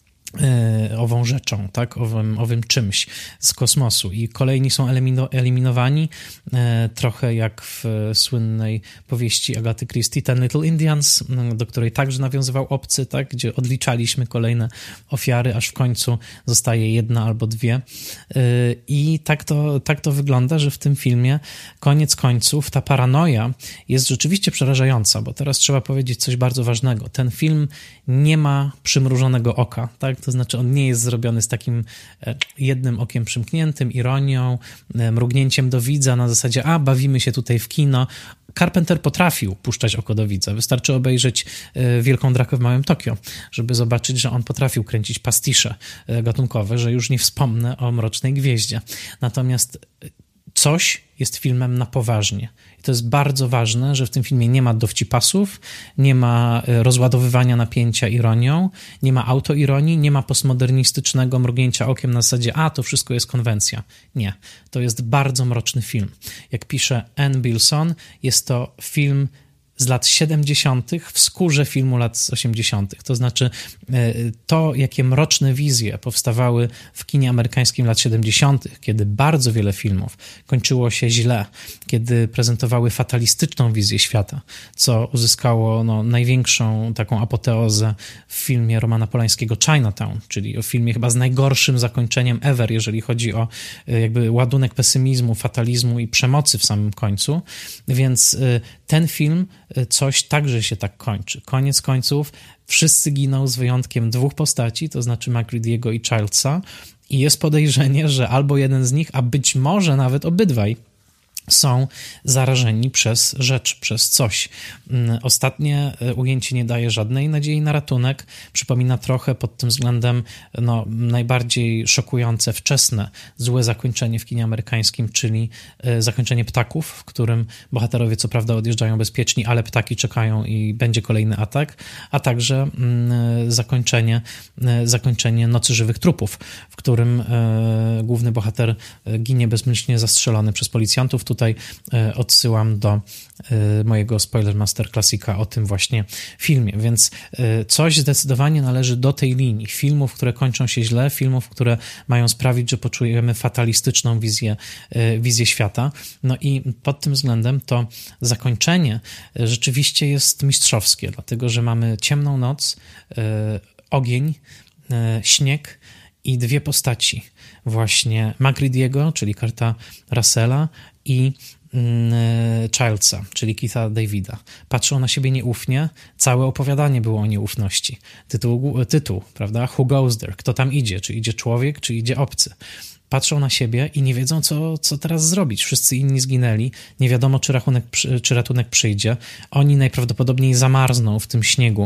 ową rzeczą, tak, owym, owym czymś z kosmosu i kolejni są elimino, eliminowani, e, trochę jak w słynnej powieści Agaty Christie Ten Little Indians, do której także nawiązywał Obcy, tak, gdzie odliczaliśmy kolejne ofiary, aż w końcu zostaje jedna albo dwie e, i tak to, tak to wygląda, że w tym filmie koniec końców ta paranoja jest rzeczywiście przerażająca, bo teraz trzeba powiedzieć coś bardzo ważnego. Ten film nie ma przymrużonego oka, tak? To znaczy on nie jest zrobiony z takim jednym okiem przymkniętym, ironią, mrugnięciem do widza na zasadzie, a bawimy się tutaj w kino. Carpenter potrafił puszczać oko do widza. Wystarczy obejrzeć Wielką Drakę w Małym Tokio, żeby zobaczyć, że on potrafił kręcić pastisze gatunkowe, że już nie wspomnę o Mrocznej Gwieździe. Natomiast coś jest filmem na poważnie. I to jest bardzo ważne, że w tym filmie nie ma dowcipasów, nie ma rozładowywania napięcia ironią, nie ma autoironii, nie ma postmodernistycznego mrugnięcia okiem na zasadzie, a to wszystko jest konwencja. Nie. To jest bardzo mroczny film. Jak pisze Ann Bilson, jest to film z lat siedemdziesiątych w skórze filmu lat osiemdziesiątych. To znaczy to, jakie mroczne wizje powstawały w kinie amerykańskim lat siedemdziesiątych, kiedy bardzo wiele filmów kończyło się źle, kiedy prezentowały fatalistyczną wizję świata, co uzyskało no, największą taką apoteozę w filmie Romana Polańskiego Chinatown, czyli o filmie chyba z najgorszym zakończeniem ever, jeżeli chodzi o jakby ładunek pesymizmu, fatalizmu i przemocy w samym końcu. Więc ten film coś także się tak kończy. Koniec końców wszyscy giną z wyjątkiem dwóch postaci, to znaczy MacReady'ego i Childsa i jest podejrzenie, że albo jeden z nich, a być może nawet obydwaj są zarażeni przez rzecz, przez coś. Ostatnie ujęcie nie daje żadnej nadziei na ratunek. Przypomina trochę pod tym względem no, najbardziej szokujące, wczesne, złe zakończenie w kinie amerykańskim, czyli zakończenie Ptaków, w którym bohaterowie co prawda odjeżdżają bezpieczni, ale ptaki czekają i będzie kolejny atak, a także zakończenie, zakończenie Nocy Żywych Trupów, w którym główny bohater ginie bezmyślnie zastrzelony przez policjantów. Tutaj odsyłam do mojego Spoilermaster klasika o tym właśnie filmie, więc coś zdecydowanie należy do tej linii filmów, które kończą się źle, filmów, które mają sprawić, że poczujemy fatalistyczną wizję, wizję świata. No i pod tym względem to zakończenie rzeczywiście jest mistrzowskie, dlatego że mamy ciemną noc, ogień, śnieg i dwie postaci. Właśnie MacReady'ego, czyli Kurta Russella i Childsa, czyli Keitha Davida. Patrzą na siebie nieufnie. Całe opowiadanie było o nieufności. Tytuł, tytuł, prawda? Who goes there? Kto tam idzie? Czy idzie człowiek, czy idzie obcy? patrzą na siebie i nie wiedzą, co, co teraz zrobić. Wszyscy inni zginęli, nie wiadomo, czy, rachunek, czy ratunek przyjdzie. Oni najprawdopodobniej zamarzną w tym śniegu,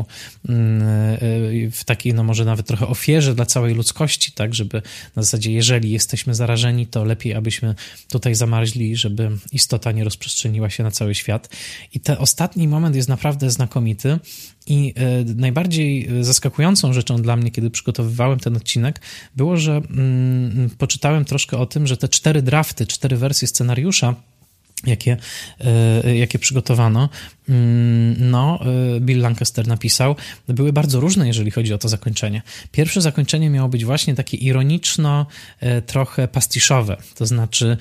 w takiej, no może nawet trochę ofierze dla całej ludzkości, tak, żeby na zasadzie, jeżeli jesteśmy zarażeni, to lepiej, abyśmy tutaj zamarzli, żeby istota nie rozprzestrzeniła się na cały świat. I ten ostatni moment jest naprawdę znakomity. I najbardziej zaskakującą rzeczą dla mnie, kiedy przygotowywałem ten odcinek, było, że mm, poczytałem troszkę o tym, że te cztery drafty, cztery wersje scenariusza, jakie, jakie przygotowano, no, Bill Lancaster napisał, były bardzo różne, jeżeli chodzi o to zakończenie. Pierwsze zakończenie miało być właśnie takie ironiczno, trochę pastiszowe, to znaczy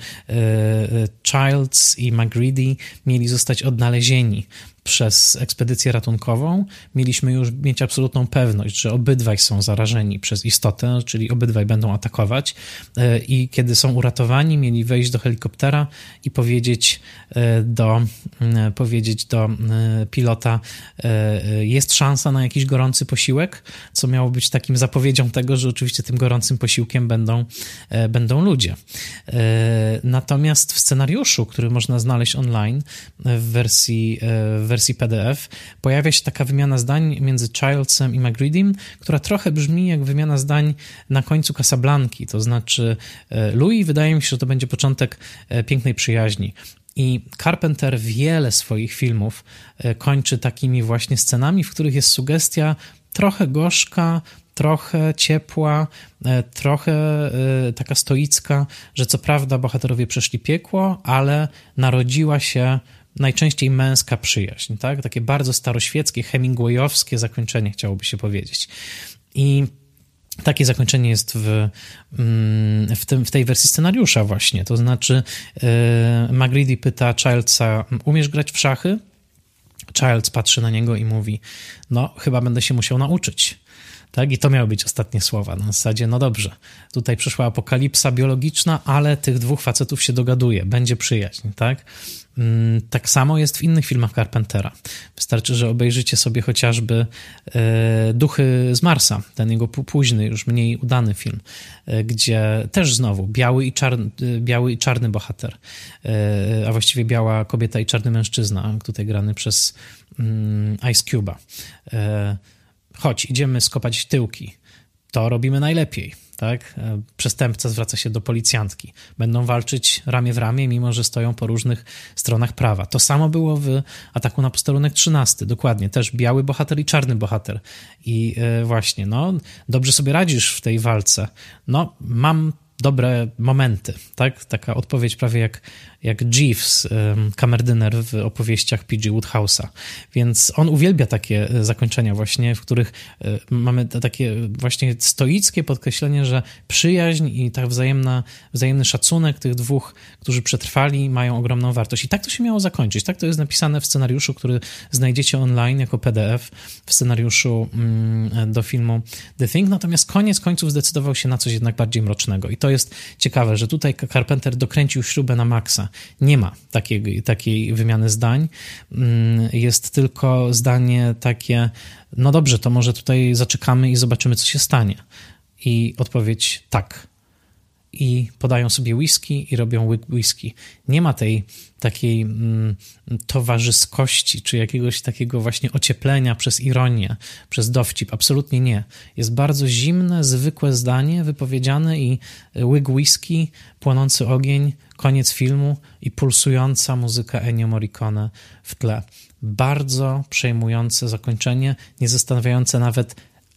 Childs i McGreedy mieli zostać odnalezieni przez ekspedycję ratunkową. Mieliśmy już mieć absolutną pewność, że obydwaj są zarażeni przez istotę, czyli obydwaj będą atakować i kiedy są uratowani, mieli wejść do helikoptera i powiedzieć do, powiedzieć do pilota, jest szansa na jakiś gorący posiłek, co miało być takim zapowiedzią tego, że oczywiście tym gorącym posiłkiem będą, będą ludzie. Natomiast w scenariuszu, który można znaleźć online w wersji, w wersji P D F, pojawia się taka wymiana zdań między Childsem i McGreedym, która trochę brzmi jak wymiana zdań na końcu Casablanki, to znaczy Louis, wydaje mi się, że to będzie początek pięknej przyjaźni. I Carpenter wiele swoich filmów kończy takimi właśnie scenami, w których jest sugestia trochę gorzka, trochę ciepła, trochę taka stoicka, że co prawda bohaterowie przeszli piekło, ale narodziła się najczęściej męska przyjaźń, tak? Takie bardzo staroświeckie, hemingwayowskie zakończenie, chciałoby się powiedzieć. I takie zakończenie jest w, w, tym, w tej wersji scenariusza właśnie, to znaczy yy, McGreedy pyta Childsa, umiesz grać w szachy? Childs patrzy na niego i mówi, no chyba będę się musiał nauczyć. Tak? I to miały być ostatnie słowa. Na zasadzie, no dobrze, tutaj przyszła apokalipsa biologiczna, ale tych dwóch facetów się dogaduje, będzie przyjaźń, tak? Tak samo jest w innych filmach Carpentera. Wystarczy, że obejrzycie sobie chociażby e, Duchy z Marsa, ten jego późny, już mniej udany film, e, gdzie też znowu biały i czarny, biały i czarny bohater, e, a właściwie biała kobieta i czarny mężczyzna, tutaj grany przez mm, Ice Cube'a. E, chodź, idziemy skopać tyłki. To robimy najlepiej. Tak? Przestępca zwraca się do policjantki. Będą walczyć ramię w ramię, mimo że stoją po różnych stronach prawa. To samo było w Ataku na posterunek trzynasty. Dokładnie. Też biały bohater i czarny bohater. I właśnie, no, dobrze sobie radzisz w tej walce. No, mam dobre momenty, tak? Taka odpowiedź prawie jak, jak Jeeves, um, kamerdyner w opowieściach P G Woodhouse'a. Więc on uwielbia takie zakończenia właśnie, w których y, mamy takie właśnie stoickie podkreślenie, że przyjaźń i tak wzajemna, wzajemny szacunek tych dwóch, którzy przetrwali, mają ogromną wartość. I tak to się miało zakończyć. Tak to jest napisane w scenariuszu, który znajdziecie online jako P D F, w scenariuszu mm, do filmu The Thing. Natomiast koniec końców zdecydował się na coś jednak bardziej mrocznego. I to jest ciekawe, że tutaj Carpenter dokręcił śrubę na maksa. Nie ma takiej, takiej wymiany zdań. Jest tylko zdanie takie, no dobrze, to może tutaj zaczekamy i zobaczymy, co się stanie. I odpowiedź tak. I podają sobie whisky i robią whisky. Nie ma tej takiej mm, towarzyskości, czy jakiegoś takiego właśnie ocieplenia przez ironię, przez dowcip. Absolutnie nie. Jest bardzo zimne, zwykłe zdanie wypowiedziane i łyk whisky, płonący ogień, koniec filmu i pulsująca muzyka Ennio Morricone w tle. Bardzo przejmujące zakończenie, nie zastanawiające nawet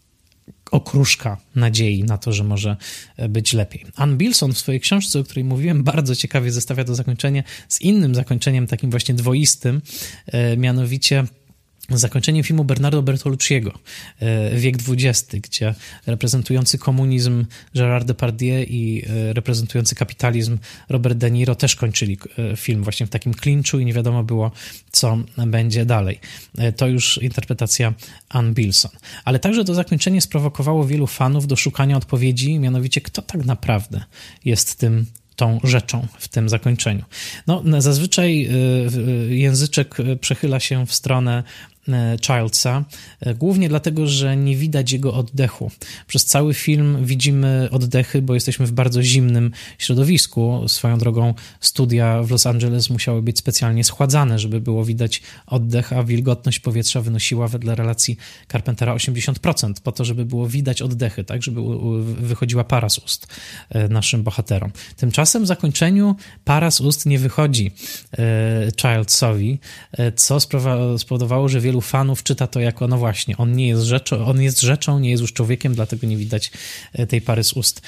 okruszka nadziei na to, że może być lepiej. Ann Bilson w swojej książce, o której mówiłem, bardzo ciekawie zestawia to zakończenie z innym zakończeniem, takim właśnie dwoistym, mianowicie zakończeniem filmu Bernardo Bertolucciego, Wiek dwudziesty, gdzie reprezentujący komunizm Gérard Depardieu i reprezentujący kapitalizm Robert De Niro też kończyli film właśnie w takim klinczu i nie wiadomo było, co będzie dalej. To już interpretacja Ann Bilson. Ale także to zakończenie sprowokowało wielu fanów do szukania odpowiedzi, mianowicie kto tak naprawdę jest tym tą rzeczą w tym zakończeniu. No, zazwyczaj języczek przechyla się w stronę Childsa, głównie dlatego, że nie widać jego oddechu. Przez cały film widzimy oddechy, bo jesteśmy w bardzo zimnym środowisku. Swoją drogą studia w Los Angeles musiały być specjalnie schładzane, żeby było widać oddech, a wilgotność powietrza wynosiła wedle relacji Carpentera osiemdziesiąt procent, po to, żeby było widać oddechy, tak, żeby wychodziła para z ust naszym bohaterom. Tymczasem w zakończeniu para z ust nie wychodzi Childsowi, co spowodowało, że wielu fanów czyta to jako, no właśnie, on nie jest rzeczą, on jest rzeczą, nie jest już człowiekiem, dlatego nie widać tej pary z ust.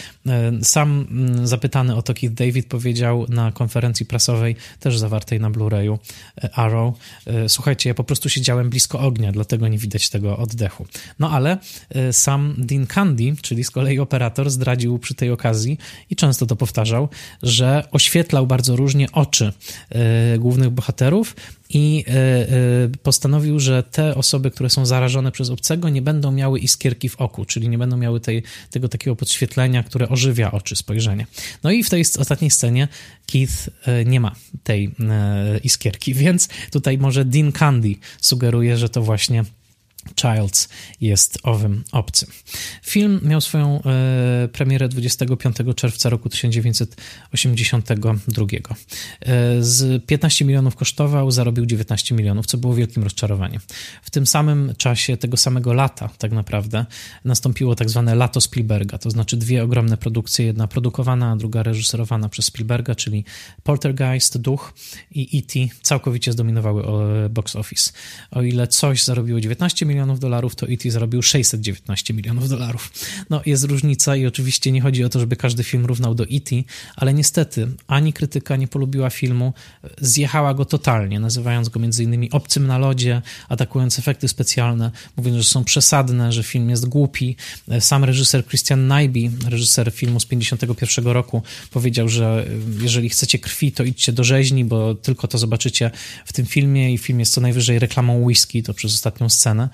Sam zapytany o to Keith David powiedział na konferencji prasowej, też zawartej na Blu-rayu Arrow, słuchajcie, ja po prostu siedziałem blisko ognia, dlatego nie widać tego oddechu. No ale sam Dean Candy, czyli z kolei operator, zdradził przy tej okazji i często to powtarzał, że oświetlał bardzo różnie oczy głównych bohaterów i postanowił, że te osoby, które są zarażone przez obcego, nie będą miały iskierki w oku, czyli nie będą miały tej, tego takiego podświetlenia, które ożywia oczy, spojrzenie. No i w tej ostatniej scenie Keith nie ma tej iskierki, więc tutaj może Dean Candy sugeruje, że to właśnie Childs jest owym obcym. Film miał swoją e, premierę dwudziestego piątego czerwca roku tysiąc dziewięćset osiemdziesiątego drugiego. E, z piętnaście milionów kosztował, zarobił dziewiętnaście milionów, co było wielkim rozczarowaniem. W tym samym czasie, tego samego lata tak naprawdę, nastąpiło tak zwane lato Spielberga, to znaczy dwie ogromne produkcje, jedna produkowana, a druga reżyserowana przez Spielberga, czyli Poltergeist, Duch i E T całkowicie zdominowały box office. O ile coś zarobiło dziewiętnaście milionów dolarów, to E T zarobił sześćset dziewiętnaście milionów dolarów. No, jest różnica i oczywiście nie chodzi o to, żeby każdy film równał do E T, ale niestety ani krytyka nie polubiła filmu, zjechała go totalnie, nazywając go między innymi obcym na lodzie, atakując efekty specjalne, mówiąc, że są przesadne, że film jest głupi. Sam reżyser Christian Nyby, reżyser filmu z pięćdziesiątego pierwszego roku, powiedział, że jeżeli chcecie krwi, to idźcie do rzeźni, bo tylko to zobaczycie w tym filmie i film jest co najwyżej reklamą whisky, to przez ostatnią scenę.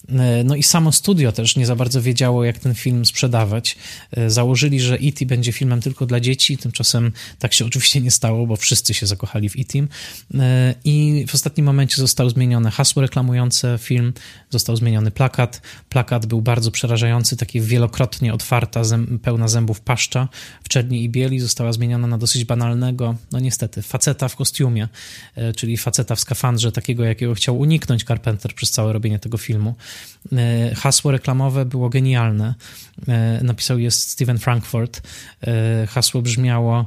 No i samo studio też nie za bardzo wiedziało, jak ten film sprzedawać. Założyli, że E T będzie filmem tylko dla dzieci, tymczasem tak się oczywiście nie stało, bo wszyscy się zakochali w E T. I w ostatnim momencie zostało zmienione hasło reklamujące film, został zmieniony plakat. Plakat był bardzo przerażający, taki wielokrotnie otwarta, zęb, pełna zębów paszcza w czerni i bieli, została zmieniona na dosyć banalnego, no niestety, faceta w kostiumie, czyli faceta w skafandrze, takiego, jakiego chciał uniknąć Carpenter przez całe robienie tego filmu. Hasło reklamowe było genialne. Napisał je Steven Frankfurt. Hasło brzmiało: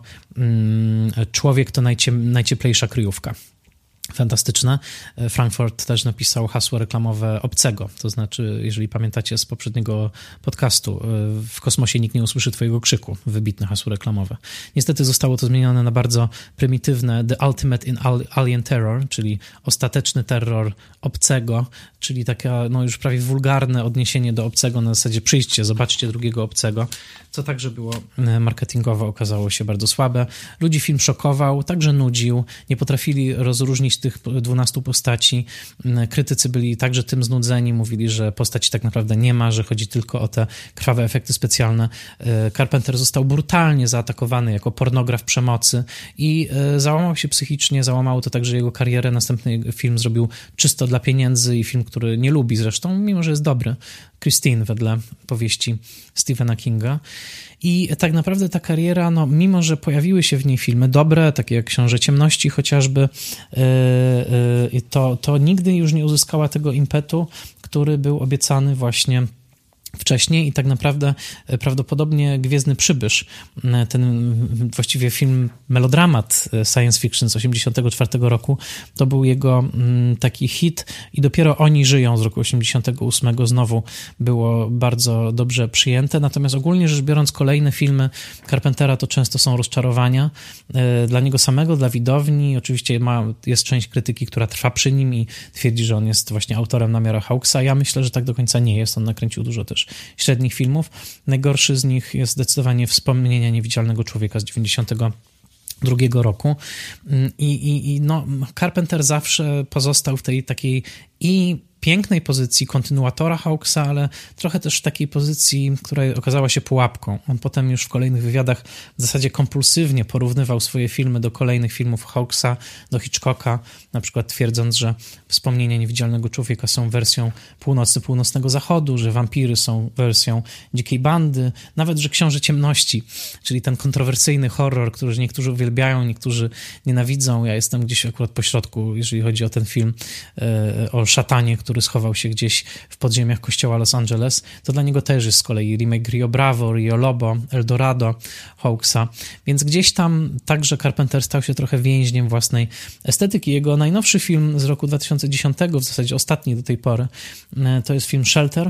człowiek to najcie- najcieplejsza kryjówka. Fantastyczne. Frankfurt też napisał hasło reklamowe Obcego, to znaczy, jeżeli pamiętacie z poprzedniego podcastu, w kosmosie nikt nie usłyszy twojego krzyku, wybitne hasło reklamowe. Niestety zostało to zmienione na bardzo prymitywne The Ultimate in Alien Terror, czyli ostateczny terror obcego, czyli takie no już prawie wulgarne odniesienie do obcego na zasadzie przyjdźcie, zobaczcie drugiego obcego, co także było marketingowo okazało się bardzo słabe. Ludzi film szokował, także nudził, nie potrafili rozróżnić tych dwunastu postaci. Krytycy byli także tym znudzeni, mówili, że postaci tak naprawdę nie ma, że chodzi tylko o te krwawe efekty specjalne. Carpenter został brutalnie zaatakowany jako pornograf przemocy i załamał się psychicznie, załamało to także jego karierę. Następny film zrobił czysto dla pieniędzy i film, który nie lubi zresztą, mimo że jest dobry. Christine wedle powieści Stephena Kinga. I tak naprawdę ta kariera, no, mimo że pojawiły się w niej filmy dobre, takie jak Książę Ciemności chociażby, yy, yy, to, to nigdy już nie uzyskała tego impetu, który był obiecany właśnie wcześniej i tak naprawdę prawdopodobnie Gwiezdny Przybysz, ten właściwie film melodramat science fiction z osiemdziesiątego czwartego roku, to był jego taki hit i dopiero Oni żyją z roku osiemdziesiątego ósmego znowu było bardzo dobrze przyjęte, natomiast ogólnie rzecz biorąc kolejne filmy Carpentera to często są rozczarowania dla niego samego, dla widowni. Oczywiście ma, jest część krytyki, która trwa przy nim i twierdzi, że on jest właśnie autorem Namiara Hawksa. Ja myślę, że tak do końca nie jest. On nakręcił dużo też średnich filmów. Najgorszy z nich jest zdecydowanie Wspomnienia Niewidzialnego Człowieka z dziewięćdziesiątego drugiego roku. I, i, i no, Carpenter zawsze pozostał w tej takiej i pięknej pozycji kontynuatora Hawksa, ale trochę też w takiej pozycji, która okazała się pułapką. On potem już w kolejnych wywiadach w zasadzie kompulsywnie porównywał swoje filmy do kolejnych filmów Hawksa, do Hitchcocka, na przykład twierdząc, że Wspomnienia Niewidzialnego Człowieka są wersją Północy Północnego Zachodu, że Wampiry są wersją Dzikiej Bandy, nawet, że Książę Ciemności, czyli ten kontrowersyjny horror, który niektórzy uwielbiają, niektórzy nienawidzą. Ja jestem gdzieś akurat po środku, jeżeli chodzi o ten film e, o szatanie, który schował się gdzieś w podziemiach kościoła Los Angeles. To dla niego też jest z kolei remake Rio Bravo, Rio Lobo, El Dorado Hawksa, więc gdzieś tam także Carpenter stał się trochę więźniem własnej estetyki. Jego najnowszy film z roku dwa tysiące dziesiątego, w zasadzie ostatni do tej pory, to jest film Shelter,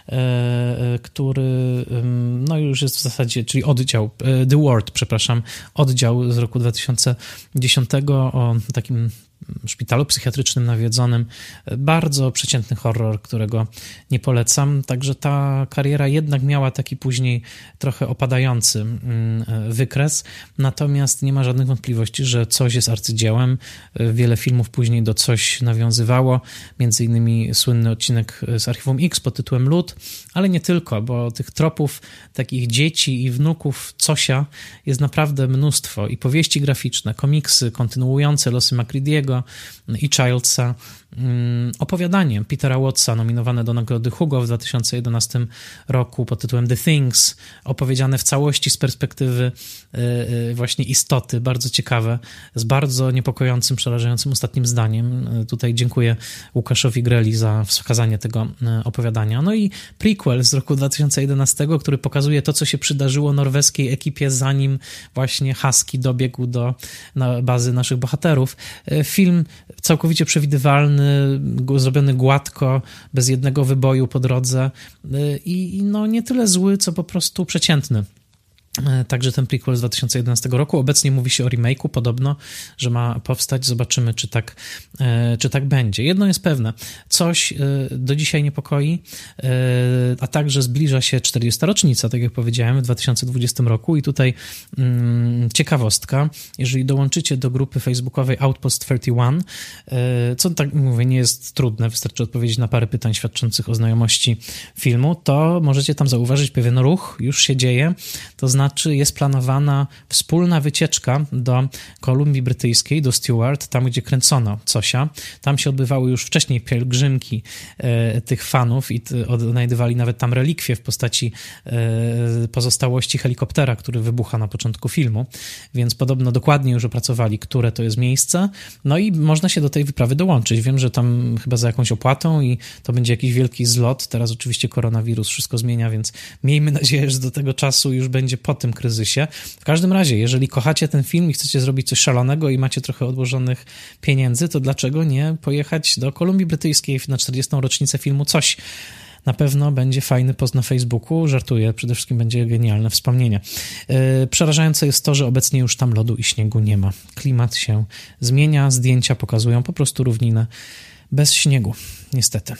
który no już jest w zasadzie, czyli oddział, The Ward, przepraszam, oddział z roku dwa tysiące dziesiątego o takim szpitalu psychiatrycznym nawiedzonym. Bardzo przeciętny horror, którego nie polecam. Także ta kariera jednak miała taki później trochę opadający wykres. Natomiast nie ma żadnych wątpliwości, że coś jest arcydziełem. Wiele filmów później do coś nawiązywało. Między innymi słynny odcinek z Archiwum X pod tytułem Lód, ale nie tylko, bo tych tropów takich dzieci i wnuków Cosia jest naprawdę mnóstwo. I powieści graficzne, komiksy kontynuujące losy Macready'ego i Childsa, opowiadanie Petera Wattsa nominowane do Nagrody Hugo w dwa tysiące jedenastym roku pod tytułem The Things, opowiedziane w całości z perspektywy właśnie istoty, bardzo ciekawe, z bardzo niepokojącym, przerażającym ostatnim zdaniem. Tutaj dziękuję Łukaszowi Greli za wskazanie tego opowiadania. No i prequel z roku dwa tysiące jedenastego, który pokazuje to, co się przydarzyło norweskiej ekipie, zanim właśnie Husky dobiegł do na bazy naszych bohaterów. Film całkowicie przewidywalny, zrobiony gładko, bez jednego wyboju po drodze i, i no nie tyle zły, co po prostu przeciętny. Także ten prequel z dwa tysiące jedenastego roku. Obecnie mówi się o remake'u, podobno, że ma powstać. Zobaczymy, czy tak, czy tak będzie. Jedno jest pewne. Coś do dzisiaj niepokoi, a także zbliża się czterdziesta rocznica, tak jak powiedziałem, w dwa tysiące dwudziestym roku. I tutaj hmm, ciekawostka. Jeżeli dołączycie do grupy facebookowej Outpost trzydzieści jeden, co tak mówię, nie jest trudne, wystarczy odpowiedzieć na parę pytań świadczących o znajomości filmu, to możecie tam zauważyć pewien ruch, już się dzieje. To znaczy, Znaczy jest planowana wspólna wycieczka do Kolumbii Brytyjskiej, do Stewart, tam gdzie kręcono Cosia. Tam się odbywały już wcześniej pielgrzymki e, tych fanów i t, odnajdywali nawet tam relikwie w postaci e, pozostałości helikoptera, który wybucha na początku filmu, więc podobno dokładnie już opracowali, które to jest miejsce. No i można się do tej wyprawy dołączyć. Wiem, że tam chyba za jakąś opłatą i to będzie jakiś wielki zlot. Teraz oczywiście koronawirus wszystko zmienia, więc miejmy nadzieję, że do tego czasu już będzie po tym kryzysie. W każdym razie, jeżeli kochacie ten film i chcecie zrobić coś szalonego i macie trochę odłożonych pieniędzy, to dlaczego nie pojechać do Kolumbii Brytyjskiej na czterdziestą rocznicę filmu Coś? Na pewno będzie fajny post na Facebooku, żartuję, przede wszystkim będzie genialne wspomnienie. Yy, przerażające jest to, że obecnie już tam lodu i śniegu nie ma. Klimat się zmienia, zdjęcia pokazują po prostu równinę bez śniegu, niestety.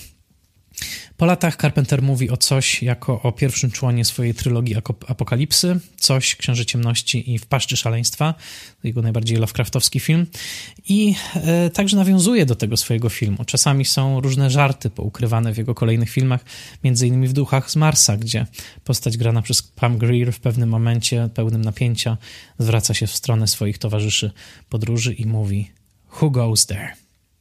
Po latach Carpenter mówi o Coś jako o pierwszym członie swojej trylogii Apokalipsy, Coś, Książę Ciemności i W paszczy szaleństwa, to jego najbardziej Lovecraftowski film i e, także nawiązuje do tego swojego filmu. Czasami są różne żarty poukrywane w jego kolejnych filmach, między innymi w Duchach z Marsa, gdzie postać grana przez Pam Grier w pewnym momencie pełnym napięcia zwraca się w stronę swoich towarzyszy podróży i mówi "Who goes there?"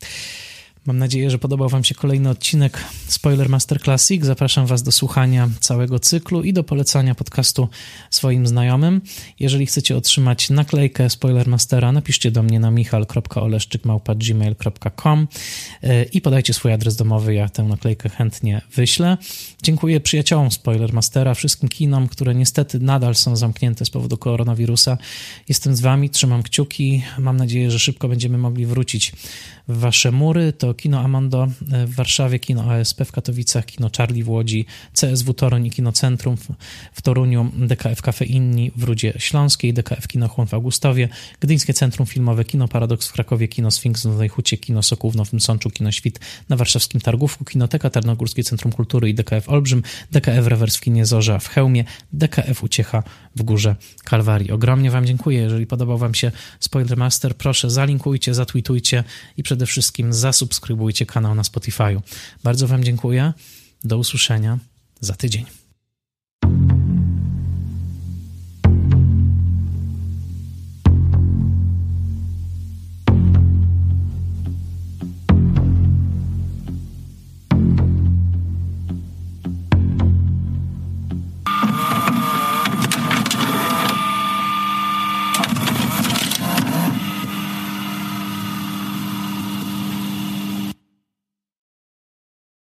Mam nadzieję, że podobał wam się kolejny odcinek Spoiler Master Classic. Zapraszam was do słuchania całego cyklu i do polecania podcastu swoim znajomym. Jeżeli chcecie otrzymać naklejkę Spoiler Mastera, napiszcie do mnie na michal kropka oleszczyk małpa gmail kropka com i podajcie swój adres domowy, ja tę naklejkę chętnie wyślę. Dziękuję przyjaciołom Spoiler Mastera, wszystkim kinom, które niestety nadal są zamknięte z powodu koronawirusa. Jestem z wami, trzymam kciuki. Mam nadzieję, że szybko będziemy mogli wrócić w wasze mury. To Kino Amando w Warszawie, Kino A S P w Katowicach, Kino Charlie w Łodzi, C S W Toruń i Kino Centrum w, w Toruniu, D K F Cafe Inni w Rudzie Śląskiej, D K F Kino Chłon w Augustowie, Gdyńskie Centrum Filmowe, Kino Paradoks w Krakowie, Kino Sfinks w Nowej Hucie, Kino Sokół w Nowym Sączu, Kino Świt na warszawskim Targówku, Kinoteka Tarnogórskie Centrum Kultury i D K F Olbrzym, D K F Rewers w Kinie Zorza w Chełmie, D K F Uciecha w Górze Kalwarii. Ogromnie wam dziękuję. Jeżeli podobał wam się Spoiler Master, proszę zalinkujcie, zatweetujcie i przede wszystkim zasubskrybujcie zasubskrybujcie kanał na Spotify'u. Bardzo wam dziękuję. Do usłyszenia za tydzień.